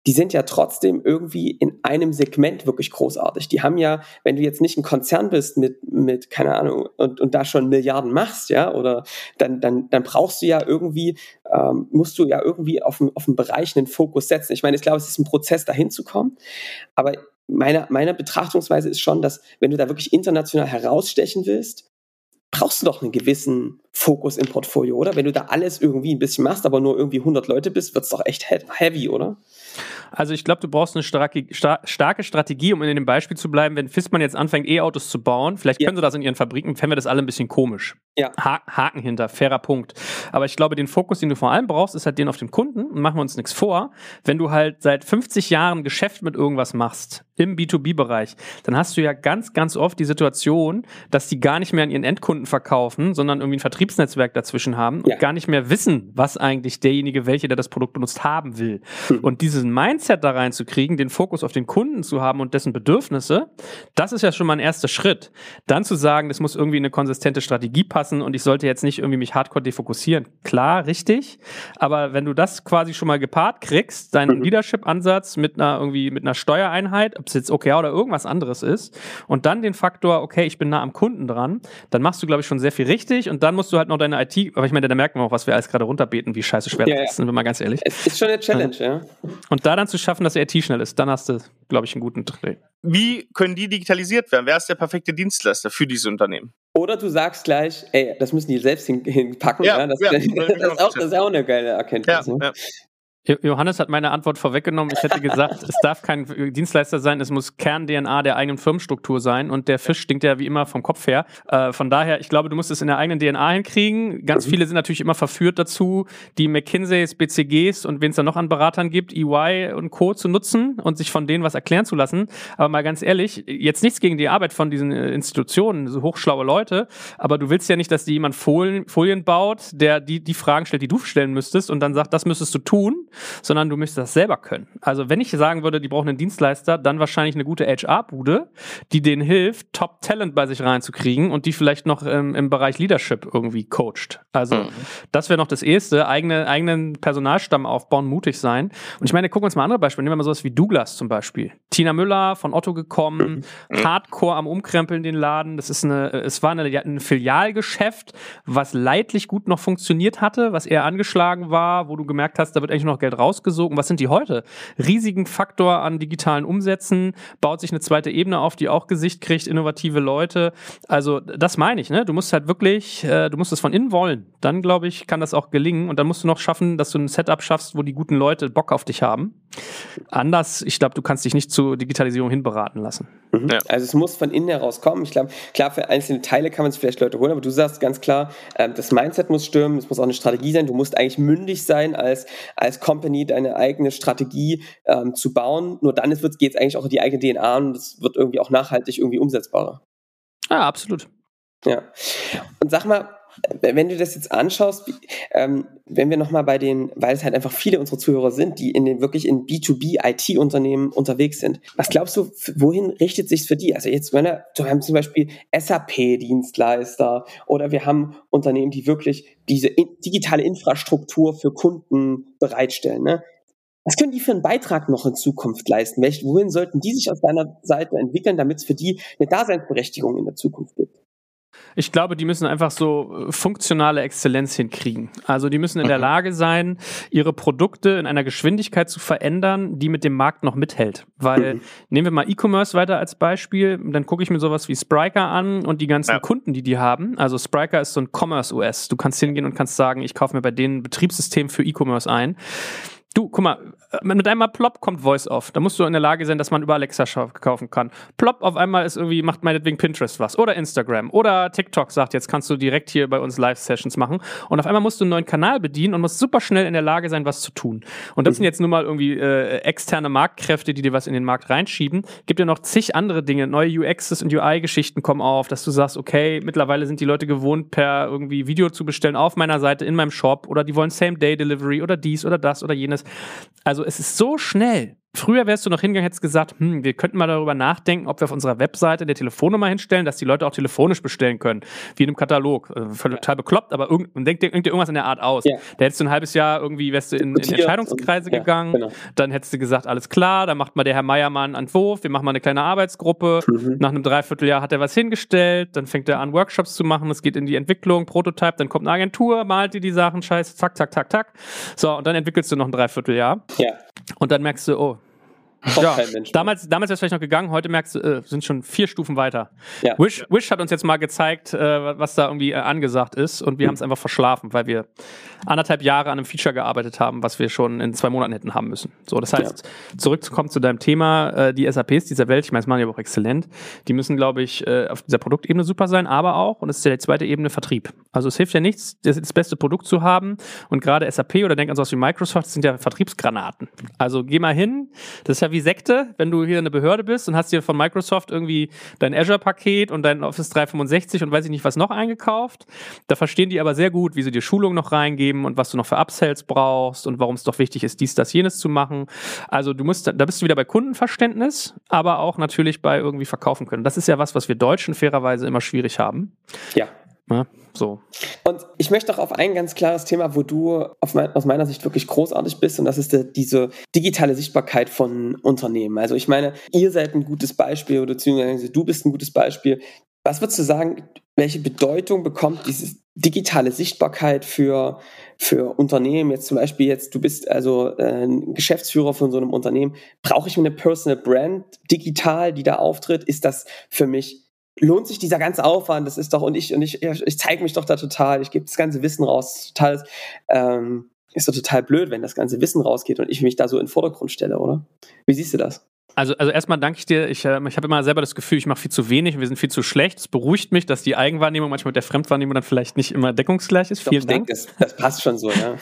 [SPEAKER 4] die sind ja trotzdem irgendwie in einem Segment wirklich großartig. Die haben ja, wenn du jetzt nicht ein Konzern bist mit keine Ahnung, und da schon Milliarden machst, ja, oder dann brauchst du ja irgendwie, musst du ja irgendwie auf einen Bereich einen Fokus setzen. Ich meine, ich glaube, es ist ein Prozess, dahin zu kommen, aber meine Betrachtungsweise ist schon, dass wenn du da wirklich international herausstechen willst, brauchst du doch einen gewissen Fokus im Portfolio, oder? Wenn du da alles irgendwie ein bisschen machst, aber nur irgendwie 100 Leute bist, wird's doch echt heavy, oder?
[SPEAKER 3] Also ich glaube, du brauchst eine starke Strategie, um in dem Beispiel zu bleiben. Wenn Viessmann jetzt anfängt, E-Autos zu bauen, vielleicht können sie das in ihren Fabriken, fänden wir das alle ein bisschen komisch.
[SPEAKER 4] Ja.
[SPEAKER 3] Haken hinter, fairer Punkt. Aber ich glaube, den Fokus, den du vor allem brauchst, ist halt den auf den Kunden. Und machen wir uns nichts vor. Wenn du halt seit 50 Jahren Geschäft mit irgendwas machst, im B2B-Bereich, dann hast du ja ganz, ganz oft die Situation, dass die gar nicht mehr an ihren Endkunden verkaufen, sondern irgendwie ein Vertriebsnetzwerk dazwischen haben und gar nicht mehr wissen, was eigentlich derjenige, welcher der das Produkt benutzt, haben will. Und diesen Mindset da reinzukriegen, den Fokus auf den Kunden zu haben und dessen Bedürfnisse, das ist ja schon mal ein erster Schritt. Dann zu sagen, das muss irgendwie eine konsistente Strategie passen und ich sollte jetzt nicht irgendwie mich hardcore defokussieren. Klar, richtig. Aber wenn du das quasi schon mal gepaart kriegst, deinen Leadership-Ansatz mit einer Steuereinheit, ob es jetzt OKR oder irgendwas anderes ist, und dann den Faktor, okay, ich bin nah am Kunden dran, dann machst du, glaube ich, schon sehr viel richtig und dann musst du halt noch deine IT, aber ich meine, da merken wir auch, was wir alles gerade runterbeten, wie scheiße schwer das ist, sind wir mal ganz ehrlich.
[SPEAKER 4] Es ist schon eine Challenge, ja.
[SPEAKER 3] Und da dann zu schaffen, dass der IT schnell ist, dann hast du, glaube ich, einen guten Dreh.
[SPEAKER 2] Wie können die digitalisiert werden? Wer ist der perfekte Dienstleister für diese Unternehmen?
[SPEAKER 4] Oder du sagst gleich, ey, das müssen die selbst hinpacken. Ja, das ist auch eine geile Erkenntnis.
[SPEAKER 2] Ja.
[SPEAKER 3] Johannes hat meine Antwort vorweggenommen. Ich hätte gesagt, es darf kein Dienstleister sein, es muss Kern-DNA der eigenen Firmenstruktur sein und der Fisch stinkt ja wie immer vom Kopf her. Von daher, ich glaube, du musst es in der eigenen DNA hinkriegen. Ganz viele sind natürlich immer verführt dazu, die McKinseys, BCGs und wen es da noch an Beratern gibt, EY und Co. zu nutzen und sich von denen was erklären zu lassen. Aber mal ganz ehrlich, jetzt nichts gegen die Arbeit von diesen Institutionen, so hochschlaue Leute, aber du willst ja nicht, dass dir jemand Folien baut, der die Fragen stellt, die du stellen müsstest und dann sagt, das müsstest du tun, sondern du müsstest das selber können. Also wenn ich sagen würde, die brauchen einen Dienstleister, dann wahrscheinlich eine gute HR-Bude, die denen hilft, Top-Talent bei sich reinzukriegen und die vielleicht noch im Bereich Leadership irgendwie coacht. Also das wäre noch das Erste, eigenen Personalstamm aufbauen, mutig sein. Und ich meine, gucken wir uns mal andere Beispiele. Nehmen wir mal sowas wie Douglas zum Beispiel. Tina Müller von Otto gekommen, hardcore am Umkrempeln den Laden. Es war ein Filialgeschäft, was leidlich gut noch funktioniert hatte, was eher angeschlagen war, wo du gemerkt hast, da wird eigentlich noch Geld rausgesogen. Was sind die heute? Riesigen Faktor an digitalen Umsätzen, baut sich eine zweite Ebene auf, die auch Gesicht kriegt, innovative Leute. Also das meine ich, ne? Du musst halt wirklich, du musst es von innen wollen. Dann, glaube ich, kann das auch gelingen und dann musst du noch schaffen, dass du ein Setup schaffst, wo die guten Leute Bock auf dich haben. Anders, ich glaube, du kannst dich nicht zur Digitalisierung hinberaten lassen.
[SPEAKER 4] Ja. Also es muss von innen heraus kommen. Ich glaube, klar, für einzelne Teile kann man es vielleicht Leute holen, aber du sagst ganz klar, das Mindset muss stimmen, es muss auch eine Strategie sein. Du musst eigentlich mündig sein, als Company deine eigene Strategie zu bauen. Nur dann geht es eigentlich auch in die eigene DNA und es wird irgendwie auch nachhaltig irgendwie umsetzbarer.
[SPEAKER 3] Ja, absolut.
[SPEAKER 4] Ja. Und sag mal, wenn du das jetzt anschaust, wenn wir nochmal weil es halt einfach viele unserer Zuhörer sind, die wirklich in B2B-IT-Unternehmen unterwegs sind. Was glaubst du, wohin richtet sich's für die? Also jetzt, wir haben zum Beispiel SAP-Dienstleister oder wir haben Unternehmen, die wirklich diese digitale Infrastruktur für Kunden bereitstellen, ne? Was können die für einen Beitrag noch in Zukunft leisten? Wohin sollten die sich aus deiner Seite entwickeln, damit es für die eine Daseinsberechtigung in der Zukunft gibt?
[SPEAKER 3] Ich glaube, die müssen einfach so funktionale Exzellenz hinkriegen. Also die müssen in der Lage sein, ihre Produkte in einer Geschwindigkeit zu verändern, die mit dem Markt noch mithält. Weil, nehmen wir mal E-Commerce weiter als Beispiel, dann gucke ich mir sowas wie Spryker an und die ganzen Kunden, die haben. Also Spryker ist so ein Commerce-OS. Du kannst hingehen und kannst sagen, ich kaufe mir bei denen ein Betriebssystem für E-Commerce ein. Du, guck mal, mit einmal Plop kommt Voice-Off. Da musst du in der Lage sein, dass man über Alexa kaufen kann. Plop auf einmal macht meinetwegen Pinterest was. Oder Instagram. Oder TikTok sagt, jetzt kannst du direkt hier bei uns Live-Sessions machen. Und auf einmal musst du einen neuen Kanal bedienen und musst super schnell in der Lage sein, was zu tun. Und das sind jetzt nur mal irgendwie externe Marktkräfte, die dir was in den Markt reinschieben. Gibt ja noch zig andere Dinge. Neue UXs und UI-Geschichten kommen auf, dass du sagst, okay, mittlerweile sind die Leute gewohnt, per irgendwie Video zu bestellen auf meiner Seite, in meinem Shop. Oder die wollen Same-Day-Delivery oder dies oder das oder jenes. Also es ist so schnell, Früher wärst du noch hingegangen, hättest gesagt, wir könnten mal darüber nachdenken, ob wir auf unserer Webseite eine Telefonnummer hinstellen, dass die Leute auch telefonisch bestellen können, wie in einem Katalog. Total bekloppt, aber denkt dir irgendwas in der Art aus. Ja. Da hättest du ein halbes Jahr irgendwie, wärst du in Entscheidungskreise gegangen, genau. Dann hättest du gesagt, alles klar, dann macht mal der Herr Meier mal einen Entwurf, wir machen mal eine kleine Arbeitsgruppe, nach einem Dreivierteljahr hat er was hingestellt, dann fängt er an, Workshops zu machen, es geht in die Entwicklung, Prototype, dann kommt eine Agentur, malt dir die Sachen, scheiße, zack, zack, zack, zack. So, und dann entwickelst du noch ein Dreivierteljahr. Ja. Und dann merkst du, oh, ja, damals wäre es vielleicht noch gegangen, heute merkst du, sind schon 4 Stufen weiter. Ja. Wish hat uns jetzt mal gezeigt, was da irgendwie angesagt ist und wir haben es einfach verschlafen, weil wir 1,5 Jahre an einem Feature gearbeitet haben, was wir schon in 2 Monaten hätten haben müssen. So, das heißt, zurückzukommen zu deinem Thema, die SAPs dieser Welt, ich meine, das machen die aber auch exzellent, die müssen, glaube ich, auf dieser Produktebene super sein, aber auch, und das ist ja die zweite Ebene, Vertrieb. Also es hilft ja nichts, das beste Produkt zu haben und gerade SAP oder denk an sowas wie Microsoft, das sind ja Vertriebsgranaten. Also geh mal hin, das ist ja wie Sekte, wenn du hier eine Behörde bist und hast dir von Microsoft irgendwie dein Azure-Paket und dein Office 365 und weiß ich nicht was noch eingekauft. Da verstehen die aber sehr gut, wie sie dir Schulungen noch reingeben und was du noch für Upsells brauchst und warum es doch wichtig ist, dies, das, jenes zu machen. Also da bist du wieder bei Kundenverständnis, aber auch natürlich bei irgendwie verkaufen können. Das ist ja was wir Deutschen fairerweise immer schwierig haben.
[SPEAKER 4] Ja.
[SPEAKER 3] Ja, so.
[SPEAKER 4] Und ich möchte auch auf ein ganz klares Thema, wo du aus meiner Sicht wirklich großartig bist, und das ist diese digitale Sichtbarkeit von Unternehmen. Also ich meine, ihr seid ein gutes Beispiel, oder beziehungsweise du bist ein gutes Beispiel. Was würdest du sagen, welche Bedeutung bekommt diese digitale Sichtbarkeit für Unternehmen? Jetzt zum Beispiel, du bist also ein Geschäftsführer von so einem Unternehmen. Brauche ich eine Personal Brand digital, die da auftritt? Ist das für mich, lohnt sich dieser ganze Aufwand? Das ist doch, und ich zeige mich doch da total, ich gebe das ganze Wissen raus, ist doch total blöd, wenn das ganze Wissen rausgeht und ich mich da so in den Vordergrund stelle, oder? Wie siehst du das?
[SPEAKER 3] Also erstmal danke ich dir. Ich habe immer selber das Gefühl, ich mache viel zu wenig und wir sind viel zu schlecht. Es beruhigt mich, dass die Eigenwahrnehmung manchmal mit der Fremdwahrnehmung dann vielleicht nicht immer deckungsgleich ist. Vielen Dank.
[SPEAKER 4] Das passt schon so, ja.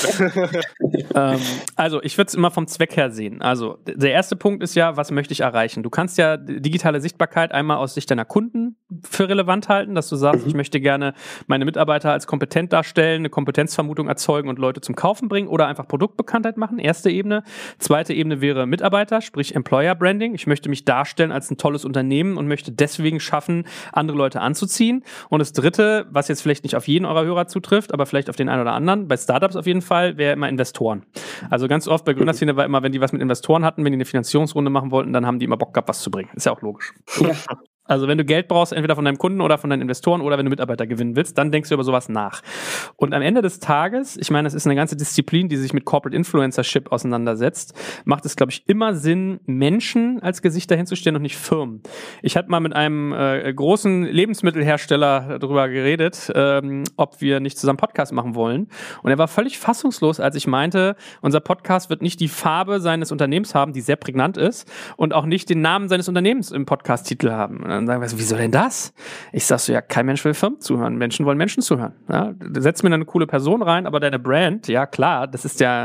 [SPEAKER 3] Also ich würde es immer vom Zweck her sehen. Also der erste Punkt ist ja, was möchte ich erreichen? Du kannst ja digitale Sichtbarkeit einmal aus Sicht deiner Kunden für relevant halten, dass du sagst, ich möchte gerne meine Mitarbeiter als kompetent darstellen, eine Kompetenzvermutung erzeugen und Leute zum Kaufen bringen oder einfach Produktbekanntheit machen. Erste Ebene. Zweite Ebene wäre Mitarbeiter, sprich Employer Branding. Ich möchte mich darstellen als ein tolles Unternehmen und möchte deswegen schaffen, andere Leute anzuziehen. Und das dritte, was jetzt vielleicht nicht auf jeden eurer Hörer zutrifft, aber vielleicht auf den einen oder anderen, bei Startups auf jeden Fall, wäre immer Investoren. Also ganz oft bei Gründerszene war immer, wenn die was mit Investoren hatten, wenn die eine Finanzierungsrunde machen wollten, dann haben die immer Bock gehabt, was zu bringen. Ist ja auch logisch. Ja. Also wenn du Geld brauchst, entweder von deinem Kunden oder von deinen Investoren oder wenn du Mitarbeiter gewinnen willst, dann denkst du über sowas nach. Und am Ende des Tages, ich meine, es ist eine ganze Disziplin, die sich mit Corporate Influencership auseinandersetzt, macht es, glaube ich, immer Sinn, Menschen als Gesicht dahinzustellen und nicht Firmen. Ich hatte mal mit einem großen Lebensmittelhersteller darüber geredet, ob wir nicht zusammen Podcast machen wollen. Und er war völlig fassungslos, als ich meinte, unser Podcast wird nicht die Farbe seines Unternehmens haben, die sehr prägnant ist, und auch nicht den Namen seines Unternehmens im Podcast-Titel haben. Und dann sagen wir so, wieso denn das? Ich sag so, ja, kein Mensch will Firmen zuhören. Menschen wollen Menschen zuhören. Ja, setz mir dann eine coole Person rein, aber deine Brand, ja klar, das ist ja,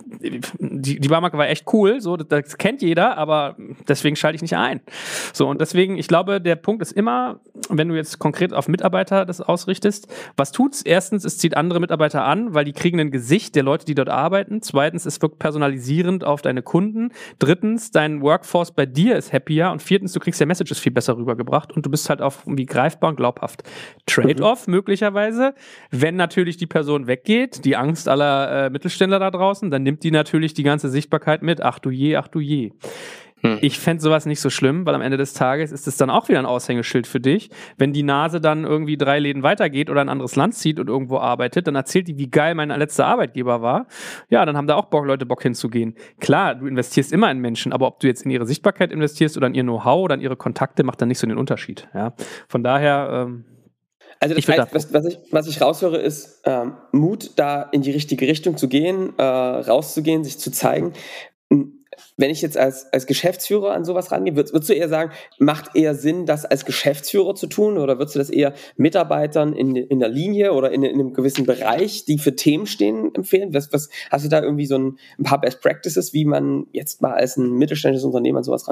[SPEAKER 3] die Barmarke war echt cool, so, das kennt jeder, aber deswegen schalte ich nicht ein. So, und deswegen, ich glaube, der Punkt ist immer, wenn du jetzt konkret auf Mitarbeiter das ausrichtest, was tut's? Erstens, es zieht andere Mitarbeiter an, weil die kriegen ein Gesicht der Leute, die dort arbeiten. Zweitens, es wirkt personalisierend auf deine Kunden. Drittens, dein Workforce bei dir ist happier. Und viertens, du kriegst ja Messages viel besser rübergebracht und du bist halt auch irgendwie greifbar und glaubhaft. Trade-off möglicherweise, wenn natürlich die Person weggeht, die Angst aller Mittelständler da draußen, dann nimmt die natürlich die ganze Sichtbarkeit mit. Ach du je, ach du je. Ich fände sowas nicht so schlimm, weil am Ende des Tages ist es dann auch wieder ein Aushängeschild für dich. Wenn die Nase dann irgendwie 3 Läden weitergeht oder ein anderes Land zieht und irgendwo arbeitet, dann erzählt die, wie geil mein letzter Arbeitgeber war. Ja, dann haben da auch Leute Bock hinzugehen. Klar, du investierst immer in Menschen, aber ob du jetzt in ihre Sichtbarkeit investierst oder in ihr Know-how oder in ihre Kontakte, macht dann nicht so den Unterschied. Ja? Von daher...
[SPEAKER 4] Also das heißt, was ich raushöre, ist Mut, da in die richtige Richtung zu gehen, rauszugehen, sich zu zeigen. Wenn ich jetzt als Geschäftsführer an sowas rangehe, würdest du eher sagen, macht eher Sinn, das als Geschäftsführer zu tun, oder würdest du das eher Mitarbeitern in der Linie oder in einem gewissen Bereich, die für Themen stehen, empfehlen? Was hast du da irgendwie so ein paar Best Practices, wie man jetzt mal als ein mittelständisches Unternehmen an sowas rangeht?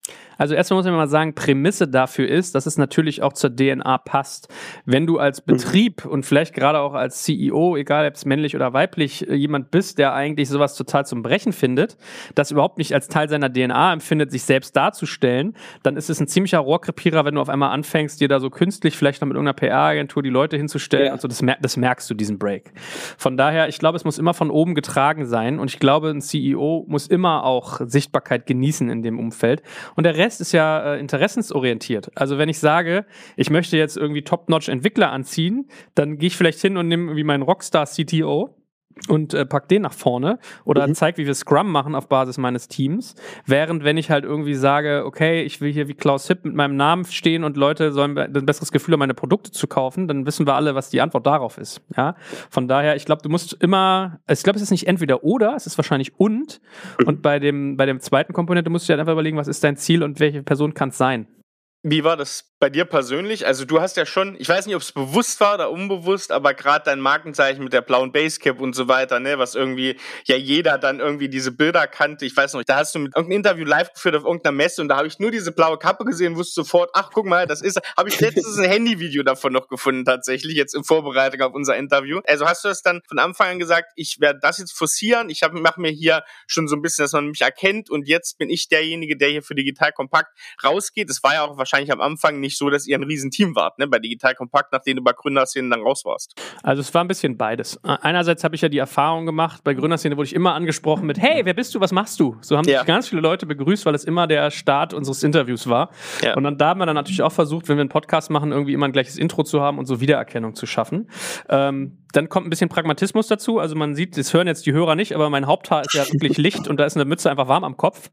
[SPEAKER 3] Also erstmal muss man mal sagen, Prämisse dafür ist, dass es natürlich auch zur DNA passt. Wenn du als Betrieb und vielleicht gerade auch als CEO, egal ob es männlich oder weiblich, jemand bist, der eigentlich sowas total zum Brechen findet, das überhaupt nicht als Teil seiner DNA empfindet, sich selbst darzustellen, dann ist es ein ziemlicher Rohrkrepierer, wenn du auf einmal anfängst, dir da so künstlich vielleicht noch mit irgendeiner PR-Agentur die Leute hinzustellen. Also das merkst du, diesen Break. Von daher, ich glaube, es muss immer von oben getragen sein und ich glaube, ein CEO muss immer auch Sichtbarkeit genießen in dem Umfeld. Und der Rest ist ja interessensorientiert. Also wenn ich sage, ich möchte jetzt irgendwie Top-Notch-Entwickler anziehen, dann gehe ich vielleicht hin und nehme irgendwie meinen Rockstar-CTO und pack den nach vorne oder zeig, wie wir Scrum machen auf Basis meines Teams. Während wenn ich halt irgendwie sage, okay, ich will hier wie Klaus Hipp mit meinem Namen stehen und Leute sollen ein besseres Gefühl haben, meine Produkte zu kaufen, dann wissen wir alle, was die Antwort darauf ist. Ja? Von daher, ich glaube, du musst immer, ich glaube, es ist nicht entweder oder, es ist wahrscheinlich und bei dem zweiten Komponente musst du dir halt einfach überlegen, was ist dein Ziel und welche Person kann es sein.
[SPEAKER 2] Wie war das bei dir persönlich? Also du hast ja schon, ich weiß nicht, ob es bewusst war oder unbewusst, aber gerade dein Markenzeichen mit der blauen Basecap und so weiter, ne, was irgendwie ja jeder dann irgendwie diese Bilder kannte. Ich weiß noch, da hast du mit irgendeinem Interview live geführt auf irgendeiner Messe und da habe ich nur diese blaue Kappe gesehen, wusste sofort, ach guck mal, das ist, habe ich letztens ein Handyvideo davon noch gefunden tatsächlich, jetzt in Vorbereitung auf unser Interview. Also hast du das dann von Anfang an gesagt, ich werde das jetzt forcieren, ich mache mir hier schon so ein bisschen, dass man mich erkennt und jetzt bin ich derjenige, der hier für Digital Kompakt rausgeht. Das war ja auch wahrscheinlich am Anfang nicht so, dass ihr ein Riesenteam wart, ne, bei Digital Kompakt, nachdem du bei Gründerszenen dann raus warst.
[SPEAKER 3] Also es war ein bisschen beides. Einerseits habe ich ja die Erfahrung gemacht, bei Gründerszene wurde ich immer angesprochen mit, hey, wer bist du, was machst du? So haben mich ganz viele Leute begrüßt, weil es immer der Start unseres Interviews war. Ja. Und da haben wir dann natürlich auch versucht, wenn wir einen Podcast machen, irgendwie immer ein gleiches Intro zu haben und so Wiedererkennung zu schaffen. Dann kommt ein bisschen Pragmatismus dazu. Also man sieht, das hören jetzt die Hörer nicht, aber mein Haupthaar ist ja wirklich Licht und da ist eine Mütze einfach warm am Kopf.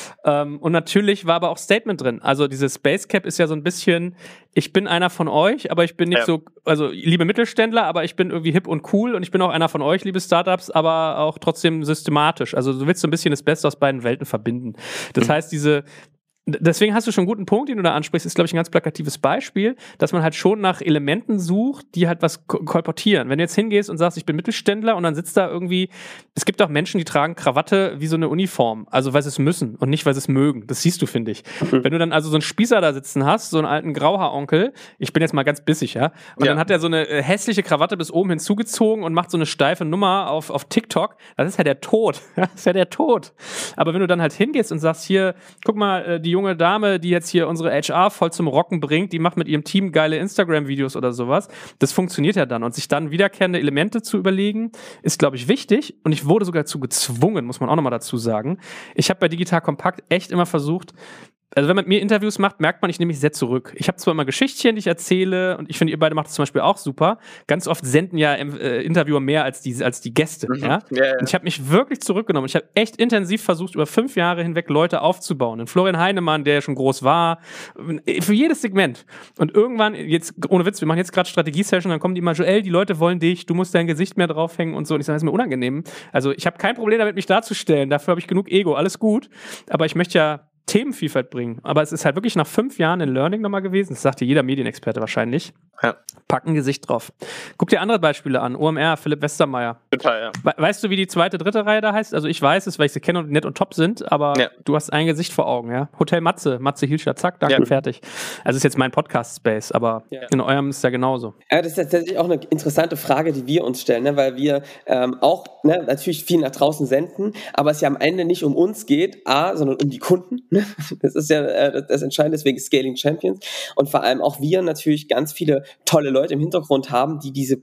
[SPEAKER 3] Und natürlich war aber auch Statement drin. Also dieses Basecap ist ja so ein bisschen, ich bin einer von euch, aber ich bin nicht so, also liebe Mittelständler, aber ich bin irgendwie hip und cool und ich bin auch einer von euch, liebe Startups, aber auch trotzdem systematisch. Also du willst so ein bisschen das Beste aus beiden Welten verbinden. Das heißt, deswegen hast du schon einen guten Punkt, den du da ansprichst, ist, glaube ich, ein ganz plakatives Beispiel, dass man halt schon nach Elementen sucht, die halt was kolportieren. Wenn du jetzt hingehst und sagst, ich bin Mittelständler und dann sitzt da irgendwie, es gibt auch Menschen, die tragen Krawatte wie so eine Uniform, also weil sie es müssen und nicht, weil sie es mögen. Das siehst du, finde ich. Wenn du dann also so einen Spießer da sitzen hast, so einen alten Grauhaaronkel, ich bin jetzt mal ganz bissig, ja, und dann hat er so eine hässliche Krawatte bis oben hinzugezogen und macht so eine steife Nummer auf TikTok, das ist ja der Tod. Das ist ja der Tod. Aber wenn du dann halt hingehst und sagst, hier, guck mal, die junge Dame, die jetzt hier unsere HR voll zum Rocken bringt, die macht mit ihrem Team geile Instagram-Videos oder sowas. Das funktioniert ja dann. Und sich dann wiederkehrende Elemente zu überlegen, ist, glaube ich, wichtig. Und ich wurde sogar dazu gezwungen, muss man auch nochmal dazu sagen. Ich habe bei Digital Kompakt echt immer versucht, also wenn man mit mir Interviews macht, merkt man, ich nehme mich sehr zurück. Ich habe zwar immer Geschichtchen, die ich erzähle und ich finde, ihr beide macht das zum Beispiel auch super. Ganz oft senden ja Interviewer mehr als die Gäste. Ja? Und ich habe mich wirklich zurückgenommen. Ich habe echt intensiv versucht, über 5 Jahre hinweg Leute aufzubauen. Den Florian Heinemann, der ja schon groß war, für jedes Segment. Und irgendwann, jetzt ohne Witz, wir machen jetzt gerade Strategie-Session, dann kommen die immer, Joel, die Leute wollen dich, du musst dein Gesicht mehr draufhängen und so. Und ich sage, das ist mir unangenehm. Also ich habe kein Problem damit, mich darzustellen. Dafür habe ich genug Ego, alles gut. Aber ich möchte ja Themenvielfalt bringen. Aber es ist halt wirklich nach 5 Jahren ein Learning nochmal gewesen. Das sagt dir jeder Medienexperte wahrscheinlich. Ja. Pack ein Gesicht drauf. Guck dir andere Beispiele an. OMR, Philipp Westermeier. Total, ja. Weißt du, wie die zweite, dritte Reihe da heißt? Also ich weiß es, weil ich sie kenne und nett und top sind, aber du hast ein Gesicht vor Augen, ja? Hotel Matze Hilscher, zack, danke, fertig. Also ist jetzt mein Podcast-Space, aber in eurem ist ja genauso. Ja, das ist tatsächlich auch eine interessante Frage, die wir uns stellen, ne? Weil wir auch natürlich viel nach draußen senden, aber es ja am Ende nicht um uns geht, sondern um die Kunden. Das ist ja das Entscheidende, deswegen Scaling Champions. Und vor allem auch wir natürlich ganz viele tolle Leute im Hintergrund haben, die diese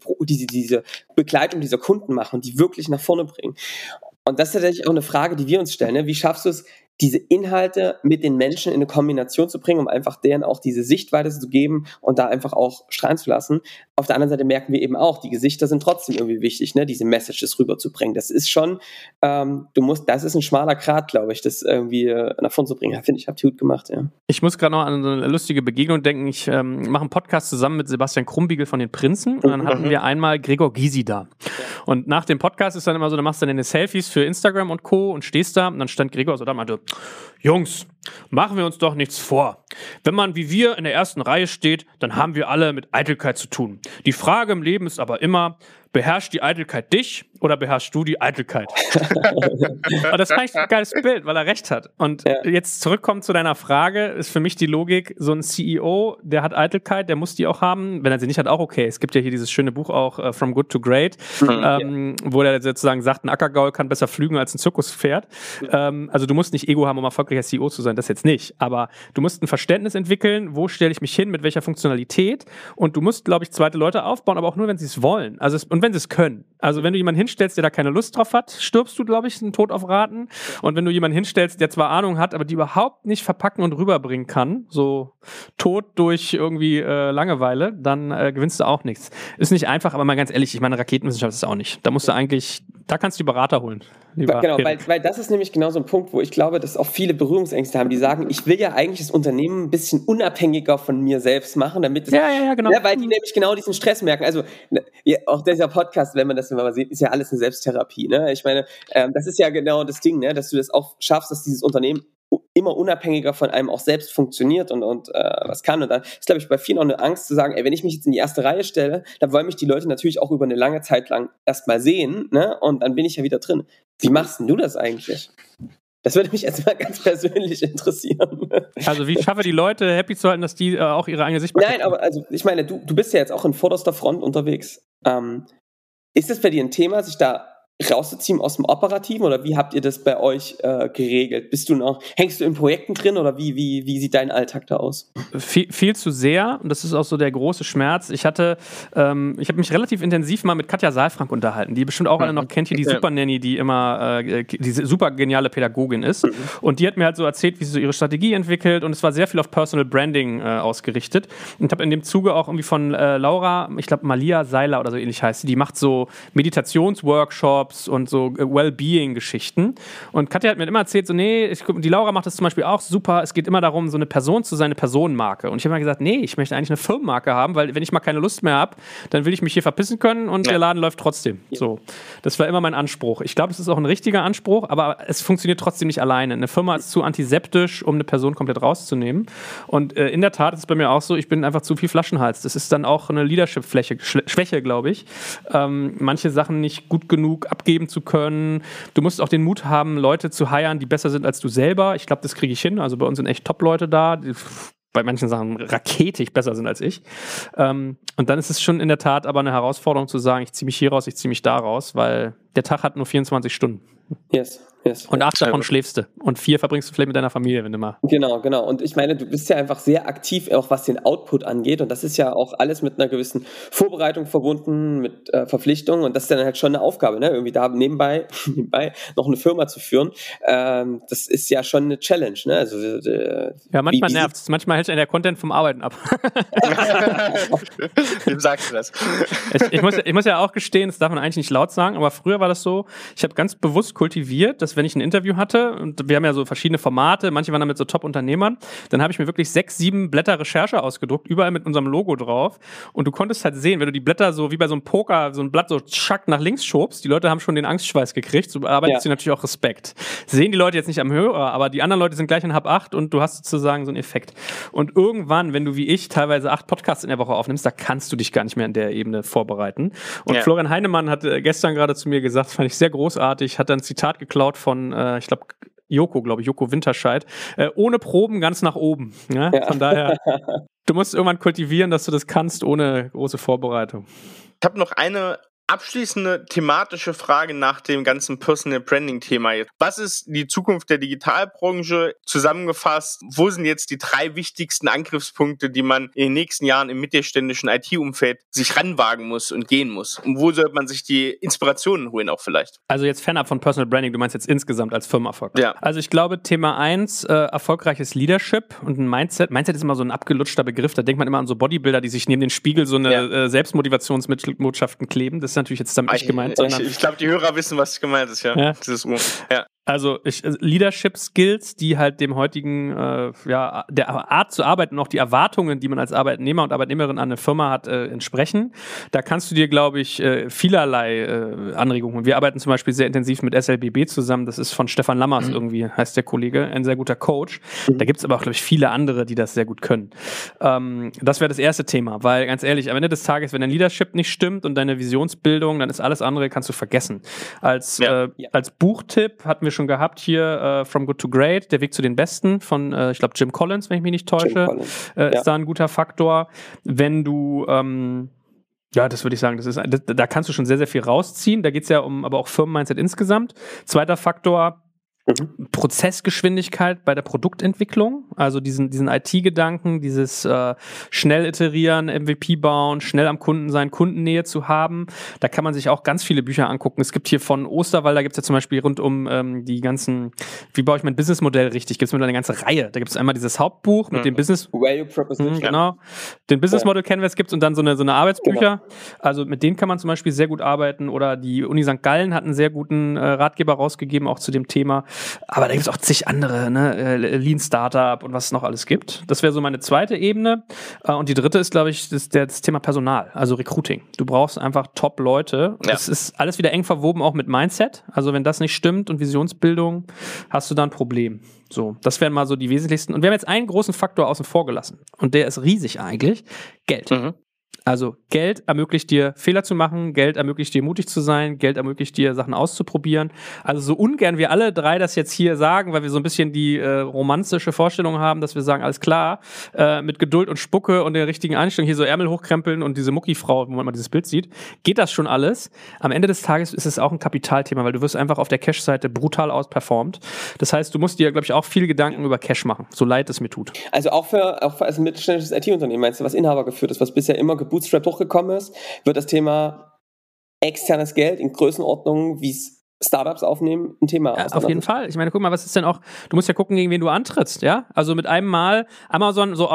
[SPEAKER 3] Begleitung dieser Kunden machen, die wirklich nach vorne bringen. Und das ist tatsächlich auch eine Frage, die wir uns stellen. Ne? Wie schaffst du es, diese Inhalte mit den Menschen in eine Kombination zu bringen, um einfach deren auch diese Sichtweite zu geben und da einfach auch strahlen zu lassen. Auf der anderen Seite merken wir eben auch, die Gesichter sind trotzdem irgendwie wichtig, ne, diese Messages rüberzubringen. Das ist schon, das ist ein schmaler Grat, glaube ich, das irgendwie nach vorne zu bringen. Ja, finde ich, habt ihr gut gemacht, ja. Ich muss gerade noch an so eine lustige Begegnung denken. Ich mache einen Podcast zusammen mit Sebastian Krumbiegel von den Prinzen und dann hatten wir einmal Gregor Gysi da. Und nach dem Podcast ist dann immer so, du machst dann deine Selfies für Instagram und Co. und stehst da und dann stand Gregor so da und meinte, Jungs, machen wir uns doch nichts vor. Wenn man wie wir in der ersten Reihe steht, dann haben wir alle mit Eitelkeit zu tun. Die Frage im Leben ist aber immer, beherrscht die Eitelkeit dich oder beherrschst du die Eitelkeit? Und das fand ich ein geiles Bild, weil er recht hat. Und jetzt zurückkommen zu deiner Frage, ist für mich die Logik, so ein CEO, der hat Eitelkeit, der muss die auch haben. Wenn er sie nicht hat, auch okay. Es gibt ja hier dieses schöne Buch auch, From Good to Great, wo der sozusagen sagt, ein Ackergaul kann besser flügen als ein Zirkuspferd. Also du musst nicht Ego haben, um erfolgreicher CEO zu sein, das jetzt nicht. Aber du musst ein Verständnis entwickeln, wo stelle ich mich hin, mit welcher Funktionalität. Und du musst, glaube ich, zweite Leute aufbauen, aber auch nur, wenn sie es wollen. Und wenn sie es können. Also wenn du jemanden hinstellst, der da keine Lust drauf hat, stirbst du, glaube ich, einen Tod auf Raten. Und wenn du jemanden hinstellst, der zwar Ahnung hat, aber die überhaupt nicht verpacken und rüberbringen kann, so Tod durch irgendwie Langeweile, dann gewinnst du auch nichts. Ist nicht einfach, aber mal ganz ehrlich, ich meine, Raketenwissenschaft ist es auch nicht. Da musst du eigentlich, da kannst du die Berater holen.
[SPEAKER 4] Genau, weil das ist nämlich genau so ein Punkt, wo ich glaube, dass auch viele Berührungsängste haben, die sagen, ich will ja eigentlich das Unternehmen ein bisschen unabhängiger von mir selbst machen, damit es,
[SPEAKER 3] genau.
[SPEAKER 4] Weil die nämlich genau diesen Stress merken. Also auch dieser Podcast, wenn man das mal sieht, ist ja alles eine Selbsttherapie. Ne? Ich meine, das ist ja genau das Ding, ne? Dass du das auch schaffst, dass dieses Unternehmen immer unabhängiger von einem auch selbst funktioniert und was kann. Und dann ist, glaube ich, bei vielen auch eine Angst zu sagen, ey, wenn ich mich jetzt in die erste Reihe stelle, dann wollen mich die Leute natürlich auch über eine lange Zeit lang erstmal sehen, ne? Und dann bin ich ja wieder drin. Wie machst denn du das eigentlich? Das würde mich jetzt mal ganz persönlich interessieren.
[SPEAKER 3] Also wie schaffe die Leute happy zu halten, dass die auch ihre eigene Sichtbarkeit
[SPEAKER 4] Nein, aber also ich meine, du bist ja jetzt auch in vorderster Front unterwegs. Ist es bei dir ein Thema, sich da rauszuziehen aus dem Operativen oder wie habt ihr das bei euch geregelt? Hängst du in Projekten drin oder wie sieht dein Alltag da aus?
[SPEAKER 3] Viel zu sehr und das ist auch so der große Schmerz. Ich habe mich relativ intensiv mal mit Katja Saalfrank unterhalten, die bestimmt auch alle noch kennt, hier die Super Nanny, die immer diese super geniale Pädagogin ist und die hat mir halt so erzählt, wie sie so ihre Strategie entwickelt und es war sehr viel auf Personal Branding ausgerichtet und habe in dem Zuge auch irgendwie von Laura, ich glaube Malia Seiler oder so ähnlich heißt sie, die macht so Meditationsworkshops und so Wellbeing-Geschichten. Und Katja hat mir immer erzählt, so, nee, die Laura macht das zum Beispiel auch super, es geht immer darum, so eine Person zu sein, eine Personenmarke. Und ich habe immer gesagt, nee, ich möchte eigentlich eine Firmenmarke haben, weil wenn ich mal keine Lust mehr habe, dann will ich mich hier verpissen können und der Laden läuft trotzdem. Ja. So. Das war immer mein Anspruch. Ich glaube, es ist auch ein richtiger Anspruch, aber es funktioniert trotzdem nicht alleine. Eine Firma ist zu antiseptisch, um eine Person komplett rauszunehmen. Und in der Tat ist es bei mir auch so, ich bin einfach zu viel Flaschenhals. Das ist dann auch eine Leadership-Schwäche, glaube ich. Manche Sachen nicht gut genug abgeben zu können. Du musst auch den Mut haben, Leute zu hiren, die besser sind als du selber. Ich glaube, das kriege ich hin. Also bei uns sind echt Top-Leute da, die bei manchen Sachen raketig besser sind als ich. Und dann ist es schon in der Tat aber eine Herausforderung zu sagen, ich ziehe mich hier raus, ich ziehe mich da raus, weil der Tag hat nur 24 Stunden.
[SPEAKER 4] Yes.
[SPEAKER 3] Und 8 davon schläfst du. Und 4 verbringst du vielleicht mit deiner Familie, wenn du mal.
[SPEAKER 4] Genau. Und ich meine, du bist ja einfach sehr aktiv, auch was den Output angeht. Und das ist ja auch alles mit einer gewissen Vorbereitung verbunden, mit Verpflichtungen. Und das ist dann halt schon eine Aufgabe, ne? Irgendwie da nebenbei noch eine Firma zu führen. Das ist ja schon eine Challenge, ne? Also,
[SPEAKER 3] ja, manchmal nervt es. Manchmal hält einen der Content vom Arbeiten ab.
[SPEAKER 2] Wem sagst du das?
[SPEAKER 3] Ich muss ja auch gestehen, das darf man eigentlich nicht laut sagen, aber früher war das so, ich habe ganz bewusst kultiviert, dass wenn ich ein Interview hatte, und wir haben ja so verschiedene Formate, manche waren dann mit so Top-Unternehmern, dann habe ich mir wirklich 6, 7 Blätter Recherche ausgedruckt, überall mit unserem Logo drauf. Und du konntest halt sehen, wenn du die Blätter so wie bei so einem Poker, so ein Blatt so schack nach links schobst, die Leute haben schon den Angstschweiß gekriegt, so arbeitest du natürlich auch Respekt. Sehen die Leute jetzt nicht am Hörer, aber die anderen Leute sind gleich in Hab 8 und du hast sozusagen so einen Effekt. Und irgendwann, wenn du wie ich teilweise 8 Podcasts in der Woche aufnimmst, da kannst du dich gar nicht mehr in der Ebene vorbereiten. Und Florian Heinemann hat gestern gerade zu mir gesagt, das fand ich sehr großartig, hat dann ein Zitat geklaut von, ich glaube, Joko Winterscheid, ohne Proben ganz nach oben. Ne? Ja. Von daher, du musst irgendwann kultivieren, dass du das kannst, ohne große Vorbereitung.
[SPEAKER 2] Ich habe noch eine abschließende thematische Frage nach dem ganzen Personal Branding Thema jetzt. Was ist die Zukunft der Digitalbranche zusammengefasst? Wo sind jetzt die 3 wichtigsten Angriffspunkte, die man in den nächsten Jahren im mittelständischen IT-Umfeld sich ranwagen muss und gehen muss? Und wo sollte man sich die Inspirationen holen auch vielleicht?
[SPEAKER 3] Also jetzt fernab von Personal Branding, du meinst jetzt insgesamt als Firmenerfolg.
[SPEAKER 2] Ja.
[SPEAKER 3] Also ich glaube, Thema 1, erfolgreiches Leadership und ein Mindset. Mindset ist immer so ein abgelutschter Begriff, da denkt man immer an so Bodybuilder, die sich neben den Spiegel so eine Selbstmotivationsbotschaften kleben. Das ist natürlich jetzt damit nicht gemeint.
[SPEAKER 2] Ich glaube, die Hörer wissen, was gemeint ist, ja.
[SPEAKER 3] Ja. Also Leadership Skills, die halt dem heutigen, der Art zu arbeiten und auch die Erwartungen, die man als Arbeitnehmer und Arbeitnehmerin an eine Firma hat, entsprechen. Da kannst du dir, glaube ich, vielerlei Anregungen holen. Wir arbeiten zum Beispiel sehr intensiv mit SLBB zusammen. Das ist von Stefan Lammers irgendwie, heißt der Kollege, ein sehr guter Coach. Da gibt es aber auch, glaube ich, viele andere, die das sehr gut können. Das wäre das erste Thema, weil ganz ehrlich, am Ende des Tages, wenn dein Leadership nicht stimmt und deine Visionsbildung, dann ist alles andere, kannst du vergessen. Als Buchtipp hatten wir schon gehabt hier From Good to Great, der Weg zu den Besten von, ich glaube, Jim Collins, wenn ich mich nicht täusche, ist da ein guter Faktor. Wenn du das würde ich sagen, da kannst du schon sehr, sehr viel rausziehen. Da geht es ja aber auch Firmen-Mindset insgesamt. Zweiter Faktor, Prozessgeschwindigkeit bei der Produktentwicklung, also diesen IT-Gedanken, dieses schnell iterieren, MVP bauen, schnell am Kunden sein, Kundennähe zu haben. Da kann man sich auch ganz viele Bücher angucken. Es gibt hier von Osterwald, da gibt es ja zum Beispiel rund um die ganzen, wie baue ich mein Businessmodell richtig, gibt es eine ganze Reihe. Da gibt es einmal dieses Hauptbuch mit dem Business
[SPEAKER 4] Value Proposition.
[SPEAKER 3] Genau. Den Business Model Canvas gibt es und dann so eine Arbeitsbücher. Genau. Also mit denen kann man zum Beispiel sehr gut arbeiten. Oder die Uni St. Gallen hat einen sehr guten Ratgeber rausgegeben, auch zu dem Thema. Aber da gibt es auch zig andere, Lean Startup und was es noch alles gibt. Das wäre so meine zweite Ebene. Und die dritte ist, glaube ich, das Thema Personal, also Recruiting. Du brauchst einfach Top-Leute. Ja. Es ist alles wieder eng verwoben, auch mit Mindset. Also wenn das nicht stimmt und Visionsbildung, hast du da ein Problem. So, das wären mal so die wesentlichsten. Und wir haben jetzt einen großen Faktor außen vor gelassen. Und der ist riesig eigentlich. Geld. Also Geld ermöglicht dir, Fehler zu machen, Geld ermöglicht dir, mutig zu sein, Geld ermöglicht dir, Sachen auszuprobieren. Also so ungern wir alle drei das jetzt hier sagen, weil wir so ein bisschen die romantische Vorstellung haben, dass wir sagen, alles klar, mit Geduld und Spucke und der richtigen Einstellung hier so Ärmel hochkrempeln und diese Muckifrau, wo man mal dieses Bild sieht, geht das schon alles. Am Ende des Tages ist es auch ein Kapitalthema, weil du wirst einfach auf der Cash-Seite brutal ausperformt. Das heißt, du musst dir, glaube ich, auch viel Gedanken über Cash machen, so leid es mir tut.
[SPEAKER 4] Also auch für als mittelständisches IT-Unternehmen, meinst du, was Inhaber geführt ist, was bisher immer Bootstrap hochgekommen ist, wird das Thema externes Geld in Größenordnungen, wie es Startups aufnehmen, ein Thema.
[SPEAKER 3] Ja, auf jeden Fall. Ich meine, guck mal, was ist denn auch, du musst ja gucken, gegen wen du antrittst, ja? Also mit einem Mal Amazon so,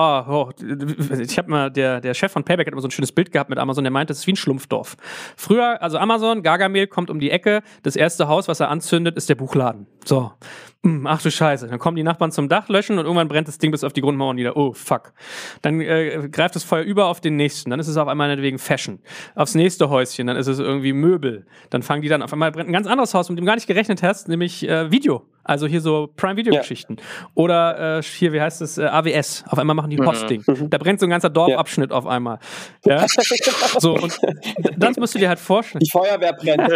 [SPEAKER 3] ich habe mal, der Chef von Payback hat immer so ein schönes Bild gehabt mit Amazon, der meinte, das ist wie ein Schlumpfdorf. Früher, also Amazon, Gargamel kommt um die Ecke, das erste Haus, was er anzündet, ist der Buchladen. So. Ach du Scheiße. Dann kommen die Nachbarn zum Dach löschen und irgendwann brennt das Ding bis auf die Grundmauern nieder. Oh, fuck. Dann greift das Feuer über auf den nächsten. Dann ist es auf einmal meinetwegen Fashion. Aufs nächste Häuschen, dann ist es irgendwie Möbel. Dann fangen die dann auf einmal, brennt ein ganz anderes Haus, mit dem du gar nicht gerechnet hast, nämlich Video. Also hier so Prime-Video-Geschichten. Ja. Oder hier, wie heißt es, AWS. Auf einmal machen die Hosting. Da brennt so ein ganzer Dorfabschnitt auf einmal. Ja? So, und das musst du dir halt vorstellen.
[SPEAKER 4] Die Feuerwehr brennt.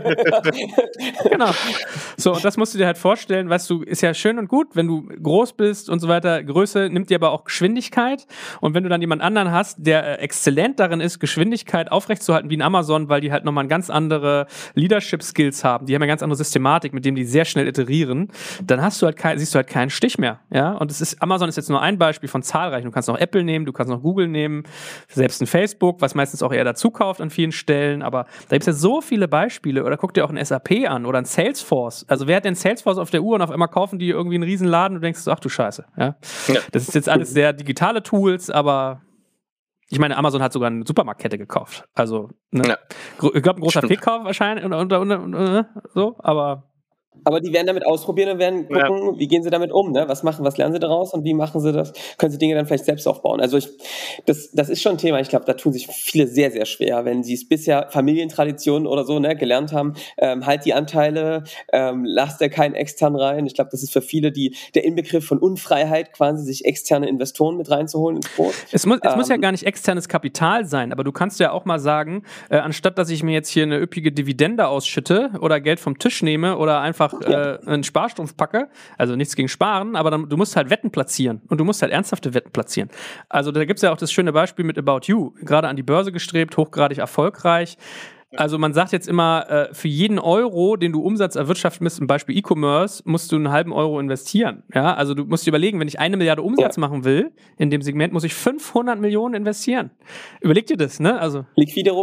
[SPEAKER 3] Genau. So, und das musst du dir halt vorstellen, weißt du, ist ja schön und gut, wenn du groß bist und so weiter. Größe nimmt dir aber auch Geschwindigkeit. Und wenn du dann jemand anderen hast, der exzellent darin ist, Geschwindigkeit aufrechtzuerhalten, wie in Amazon, weil die halt nochmal ganz andere Leadership-Skills haben. Die haben ja ganz andere Systematik, mit dem die sehr schnell iterieren. Dann siehst du halt keinen Stich mehr. Ja? Und Amazon ist jetzt nur ein Beispiel von zahlreichen. Du kannst noch Apple nehmen, du kannst noch Google nehmen, selbst ein Facebook, was meistens auch eher dazu kauft an vielen Stellen. Aber da gibt es ja so viele Beispiele. Oder guck dir auch ein SAP an oder ein Salesforce. Also wer hat denn Salesforce auf der Uhr und auf einmal kaufen die irgendwie einen riesen Laden und du denkst, ach du Scheiße. Ja? Das ist jetzt alles sehr digitale Tools, aber ich meine, Amazon hat sogar eine Supermarktkette gekauft. Also, ich glaube, ein großer Fehlkauf wahrscheinlich so,
[SPEAKER 4] aber die werden damit ausprobieren und werden gucken, wie gehen sie damit um, ne? Was lernen sie daraus und wie machen sie das? Können sie Dinge dann vielleicht selbst aufbauen? Also das ist schon ein Thema. Ich glaube, da tun sich viele sehr, sehr schwer, wenn sie es bisher Familientraditionen oder so, ne, gelernt haben. Halt die Anteile, lasst da keinen extern rein. Ich glaube, das ist für viele der Inbegriff von Unfreiheit, quasi sich externe Investoren mit reinzuholen ins Boot.
[SPEAKER 3] Es muss ja gar nicht externes Kapital sein, aber du kannst ja auch mal sagen, anstatt dass ich mir jetzt hier eine üppige Dividende ausschütte oder Geld vom Tisch nehme oder einfach einen Sparstrumpf packe, also nichts gegen Sparen, aber du musst halt Wetten platzieren und du musst halt ernsthafte Wetten platzieren. Also da gibt es ja auch das schöne Beispiel mit About You, gerade an die Börse gestrebt, hochgradig erfolgreich. Also man sagt jetzt immer, für jeden Euro, den du Umsatz erwirtschaften musst, zum Beispiel E-Commerce, musst du einen halben Euro investieren. Ja, also du musst dir überlegen, wenn ich 1 Milliarde Umsatz machen will, in dem Segment muss ich 500 Millionen investieren. Überleg dir das, ne? Also
[SPEAKER 4] liquide rum.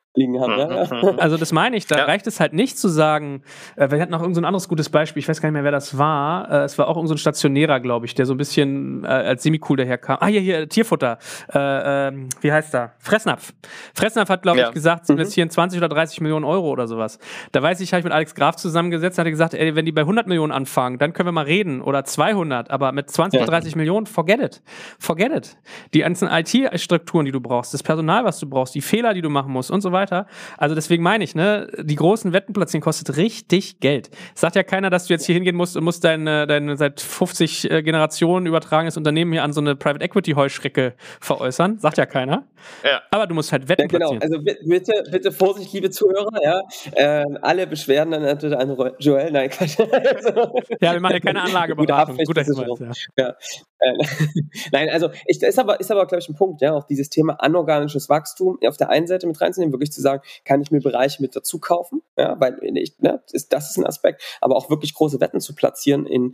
[SPEAKER 4] liegen haben. Ja?
[SPEAKER 3] Also das meine ich, da reicht es halt nicht zu sagen, wir hatten noch irgend so ein anderes gutes Beispiel, ich weiß gar nicht mehr, wer das war, es war auch irgend so ein Stationärer, glaube ich, der so ein bisschen als semi-cool daherkam. Hier, Tierfutter, wie heißt er? Fressnapf. Fressnapf hat, glaube ich, gesagt, sie investieren 20 oder 30 Millionen Euro oder sowas. Da weiß ich, habe ich mit Alex Graf zusammengesetzt, hat er gesagt, ey, wenn die bei 100 Millionen anfangen, dann können wir mal reden, oder 200, aber mit 20 oder 30 Millionen, forget it. Die ganzen IT-Strukturen, die du brauchst, das Personal, was du brauchst, die Fehler, die du machen musst und so weiter. Also deswegen meine ich, ne, die großen Wetten platzieren kostet richtig Geld. Sagt ja keiner, dass du jetzt hier hingehen musst und musst dein seit 50 Generationen übertragenes Unternehmen hier an so eine Private Equity Heuschrecke veräußern. Sagt ja keiner. Ja. Aber du musst halt Wetten platzieren.
[SPEAKER 4] Also bitte Vorsicht, liebe Zuhörer, ja. Alle Beschwerden dann natürlich an Joel. Nein, Quatsch.
[SPEAKER 3] Ja, wir machen ja keine Anlageberatung. Guter Hinweis,
[SPEAKER 4] ja. Nein, also ist aber glaube ich ein Punkt, ja, auch dieses Thema anorganisches Wachstum auf der einen Seite mit reinzunehmen, wirklich zu sagen, kann ich mir Bereiche mit dazu kaufen, ja, weil das ist ein Aspekt, aber auch wirklich große Wetten zu platzieren in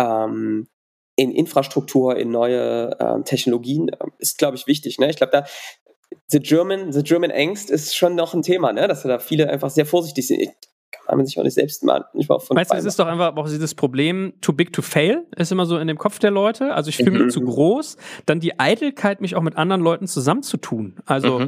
[SPEAKER 4] Infrastruktur, in neue Technologien, ist, glaube ich, wichtig, ne? Ich glaube, da The German Angst ist schon noch ein Thema, ne, dass da viele einfach sehr vorsichtig sind. Kann man sich auch nicht selbst mal von.
[SPEAKER 3] Weißt du, es ist doch einfach auch dieses Problem, too big to fail, ist immer so in dem Kopf der Leute. Also ich fühle mich zu groß. Dann die Eitelkeit, mich auch mit anderen Leuten zusammenzutun. Also,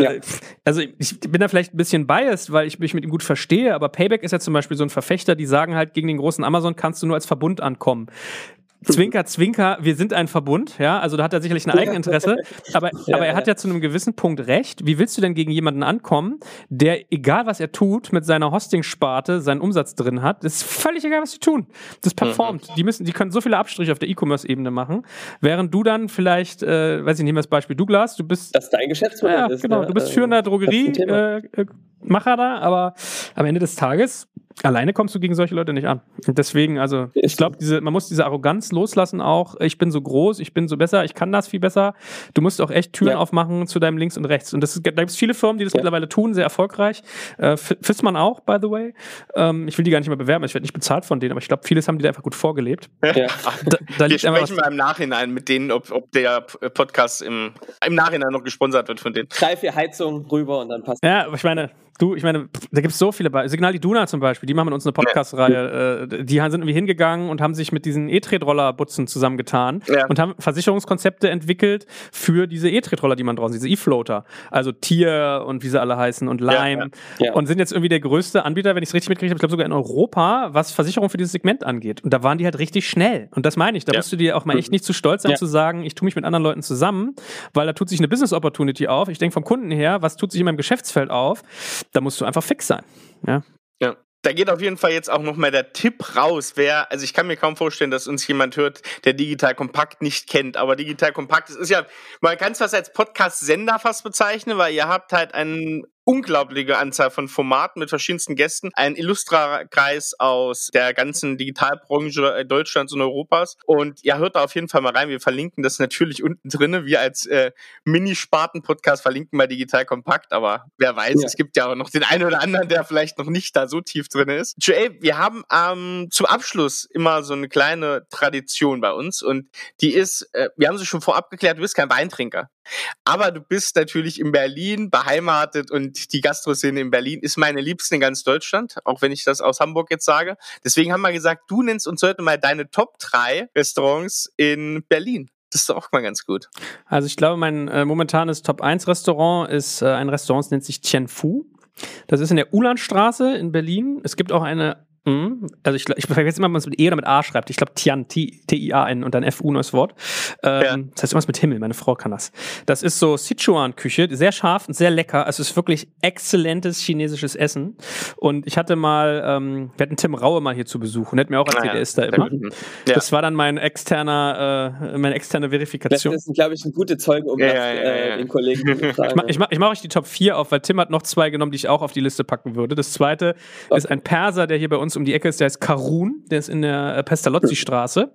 [SPEAKER 3] also ich bin da vielleicht ein bisschen biased, weil ich mich mit ihm gut verstehe, aber Payback ist ja zum Beispiel so ein Verfechter, die sagen halt, gegen den großen Amazon kannst du nur als Verbund ankommen. Zwinker, Zwinker, wir sind ein Verbund, ja, also da hat er sicherlich ein Eigeninteresse, aber er hat ja zu einem gewissen Punkt recht. Wie willst du denn gegen jemanden ankommen, der, egal was er tut, mit seiner Hosting-Sparte seinen Umsatz drin hat? Das ist völlig egal, was sie tun. Das performt. Die können so viele Abstriche auf der E-Commerce-Ebene machen, während du dann vielleicht, weiß ich nicht mehr das Beispiel Douglas, du bist...
[SPEAKER 4] Das ist dein Geschäftsmodell.
[SPEAKER 3] Ja, genau, du bist führender Drogerie-Macher da, aber am Ende des Tages alleine kommst du gegen solche Leute nicht an. Und deswegen, also ich glaube, man muss diese Arroganz loslassen auch. Ich bin so groß, ich bin so besser, ich kann das viel besser. Du musst auch echt Türen aufmachen zu deinem Links und Rechts. Und da gibt es viele Firmen, die das mittlerweile tun, sehr erfolgreich. Fissmann auch, by the way. Ich will die gar nicht mehr bewerben, ich werde nicht bezahlt von denen, aber ich glaube, vieles haben die da einfach gut vorgelebt.
[SPEAKER 2] Ja. Wir sprechen mal im Nachhinein mit denen, ob der Podcast im Nachhinein noch gesponsert wird von denen.
[SPEAKER 4] 3-4 Heizungen rüber und dann passt.
[SPEAKER 3] Ja, aber ich meine, da gibt es so viele Signal Iduna zum Beispiel, die machen mit uns eine Podcast-Reihe. Die sind irgendwie hingegangen und haben sich mit diesen E-Tretroller-Butzen zusammengetan und haben Versicherungskonzepte entwickelt für diese E-Tretroller, die man draußen sieht, diese E-Floater. Also Tier und wie sie alle heißen und Lime. Ja. Und sind jetzt irgendwie der größte Anbieter, wenn ich es richtig mitgekriegt habe, ich glaube sogar in Europa, was Versicherung für dieses Segment angeht. Und da waren die halt richtig schnell. Und das meine ich, da musst du dir auch mal echt nicht zu stolz sein, zu sagen, ich tue mich mit anderen Leuten zusammen, weil da tut sich eine Business-Opportunity auf. Ich denke vom Kunden her, was tut sich in meinem Geschäftsfeld auf? Da musst du einfach fix sein. Ja.
[SPEAKER 2] Da geht auf jeden Fall jetzt auch nochmal der Tipp raus, also ich kann mir kaum vorstellen, dass uns jemand hört, der Digital Kompakt nicht kennt, aber Digital Kompakt, ist ja, man kann es fast als Podcast-Sender fast bezeichnen, weil ihr habt halt eine unglaubliche Anzahl von Formaten mit verschiedensten Gästen, ein Illustra-Kreis aus der ganzen Digitalbranche Deutschlands und Europas und ja, hört da auf jeden Fall mal rein, wir verlinken das natürlich unten drin, wir als Mini-Sparten-Podcast verlinken mal Digital Kompakt, aber wer weiß, es gibt ja auch noch den einen oder anderen, der vielleicht noch nicht da so tief drin ist. Joel, wir haben zum Abschluss immer so eine kleine Tradition bei uns und die ist, wir haben sie schon vorab geklärt, du bist kein Weintrinker. Aber du bist natürlich in Berlin beheimatet und die Gastroszene in Berlin ist meine liebste in ganz Deutschland, auch wenn ich das aus Hamburg jetzt sage. Deswegen haben wir gesagt, du nennst uns heute mal deine Top 3 Restaurants in Berlin. Das ist doch auch mal ganz gut.
[SPEAKER 3] Also ich glaube, mein momentanes Top 1 Restaurant ist ein Restaurant, das nennt sich Tian Fu. Das ist in der Ulanstraße in Berlin. Es gibt auch eine also ich vergesse immer, ob man es mit E oder mit A schreibt. Ich glaube Tian, T-I-A-N und dann F-U, neues Wort. Das heißt irgendwas mit Himmel, meine Frau kann das. Das ist so Sichuan-Küche, sehr scharf und sehr lecker. Es ist wirklich exzellentes chinesisches Essen. Und ich hatte mal, wir hatten Tim Raue mal hier zu Besuch und er hat mir auch erzählt, er ist da immer. Ja. Das war dann meine externe Verifikation.
[SPEAKER 4] Das ist, glaube ich, eine gute Zeuge, um den Kollegen zu fragen.
[SPEAKER 3] Ich mach euch die Top 4 auf, weil Tim hat noch 2 genommen, die ich auch auf die Liste packen würde. Das zweite ist ein Perser, der hier bei uns um die Ecke ist, der heißt Karun, der ist in der Pestalozzi-Straße.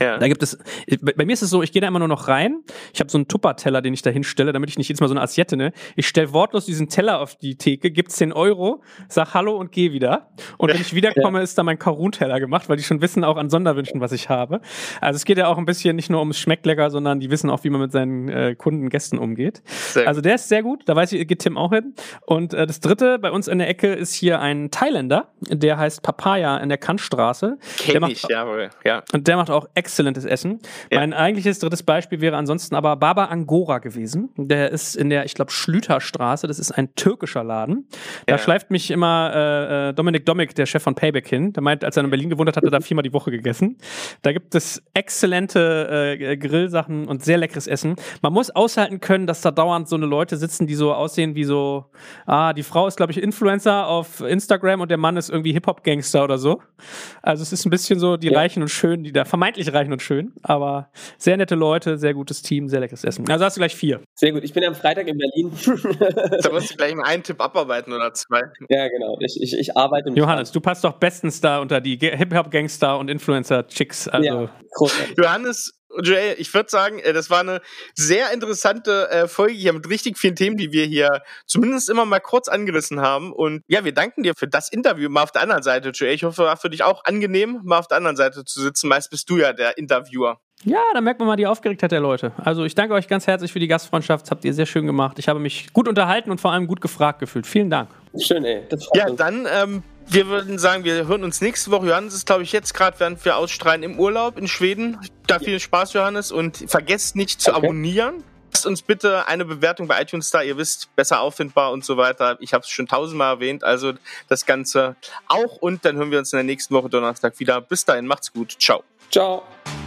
[SPEAKER 2] Ja.
[SPEAKER 3] Da gibt es, bei mir ist es so, ich gehe da immer nur noch rein. Ich habe so einen Tupper-Teller, den ich da hinstelle, damit ich nicht jedes Mal so eine Assiette, ne? Ich stelle wortlos diesen Teller auf die Theke, gebe 10 €, sag Hallo und gehe wieder. Und wenn ich wiederkomme, ist da mein Karun-Teller gemacht, weil die schon wissen auch an Sonderwünschen, was ich habe. Also es geht ja auch ein bisschen nicht nur ums schmeckt lecker, sondern die wissen auch, wie man mit seinen Kunden, Gästen umgeht. Also der ist sehr gut, da weiß ich, geht Tim auch hin. Und das dritte bei uns in der Ecke ist hier ein Thailänder, der heißt Papaya in der Kantstraße.
[SPEAKER 2] Kenn ich, jawohl, ja.
[SPEAKER 3] Und der macht auch exzellentes Essen. Ja. Mein eigentliches drittes Beispiel wäre ansonsten aber Baba Angora gewesen. Der ist in der, ich glaube, Schlüterstraße. Das ist ein türkischer Laden. Da schleift mich immer Dominik Domik, der Chef von Payback, hin. Der meint, als er in Berlin gewohnt hat, hat er da 4-mal die Woche gegessen. Da gibt es exzellente Grillsachen und sehr leckeres Essen. Man muss aushalten können, dass da dauernd so eine Leute sitzen, die so aussehen wie so, die Frau ist, glaube ich, Influencer auf Instagram und der Mann ist irgendwie Hip-Hop-Gangster oder so. Also es ist ein bisschen so die Reichen und Schönen, die da vermeintlich reichen und schön, aber sehr nette Leute, sehr gutes Team, sehr leckeres Essen. Also hast du gleich 4.
[SPEAKER 4] Sehr gut, ich bin am Freitag in Berlin.
[SPEAKER 2] Da musst du gleich mal einen Tipp abarbeiten oder 2.
[SPEAKER 4] Ja, genau. Ich arbeite mit
[SPEAKER 3] Johannes, du passt doch bestens da unter die Hip-Hop-Gangster und Influencer-Chicks. Also.
[SPEAKER 4] Ja, großartig.
[SPEAKER 2] Johannes, Joel, ich würde sagen, das war eine sehr interessante Folge hier mit richtig vielen Themen, die wir hier zumindest immer mal kurz angerissen haben. Und ja, wir danken dir für das Interview mal auf der anderen Seite, Joel. Ich hoffe, war für dich auch angenehm, mal auf der anderen Seite zu sitzen. Meist bist du ja der Interviewer.
[SPEAKER 3] Ja, da merkt man mal die Aufgeregtheit der Leute. Also ich danke euch ganz herzlich für die Gastfreundschaft. Das habt ihr sehr schön gemacht. Ich habe mich gut unterhalten und vor allem gut gefragt gefühlt. Vielen Dank.
[SPEAKER 4] Schön, ey. Das
[SPEAKER 2] ja, dann, wir würden sagen, wir hören uns nächste Woche. Johannes ist, glaube ich, jetzt gerade, während wir ausstrahlen, im Urlaub in Schweden. Da viel Spaß, Johannes. Und vergesst nicht zu abonnieren. Lasst uns bitte eine Bewertung bei iTunes da. Ihr wisst, besser auffindbar und so weiter. Ich habe es schon 1000-mal erwähnt. Also das Ganze auch. Und dann hören wir uns in der nächsten Woche Donnerstag wieder. Bis dahin, macht's gut. Ciao.
[SPEAKER 4] Ciao.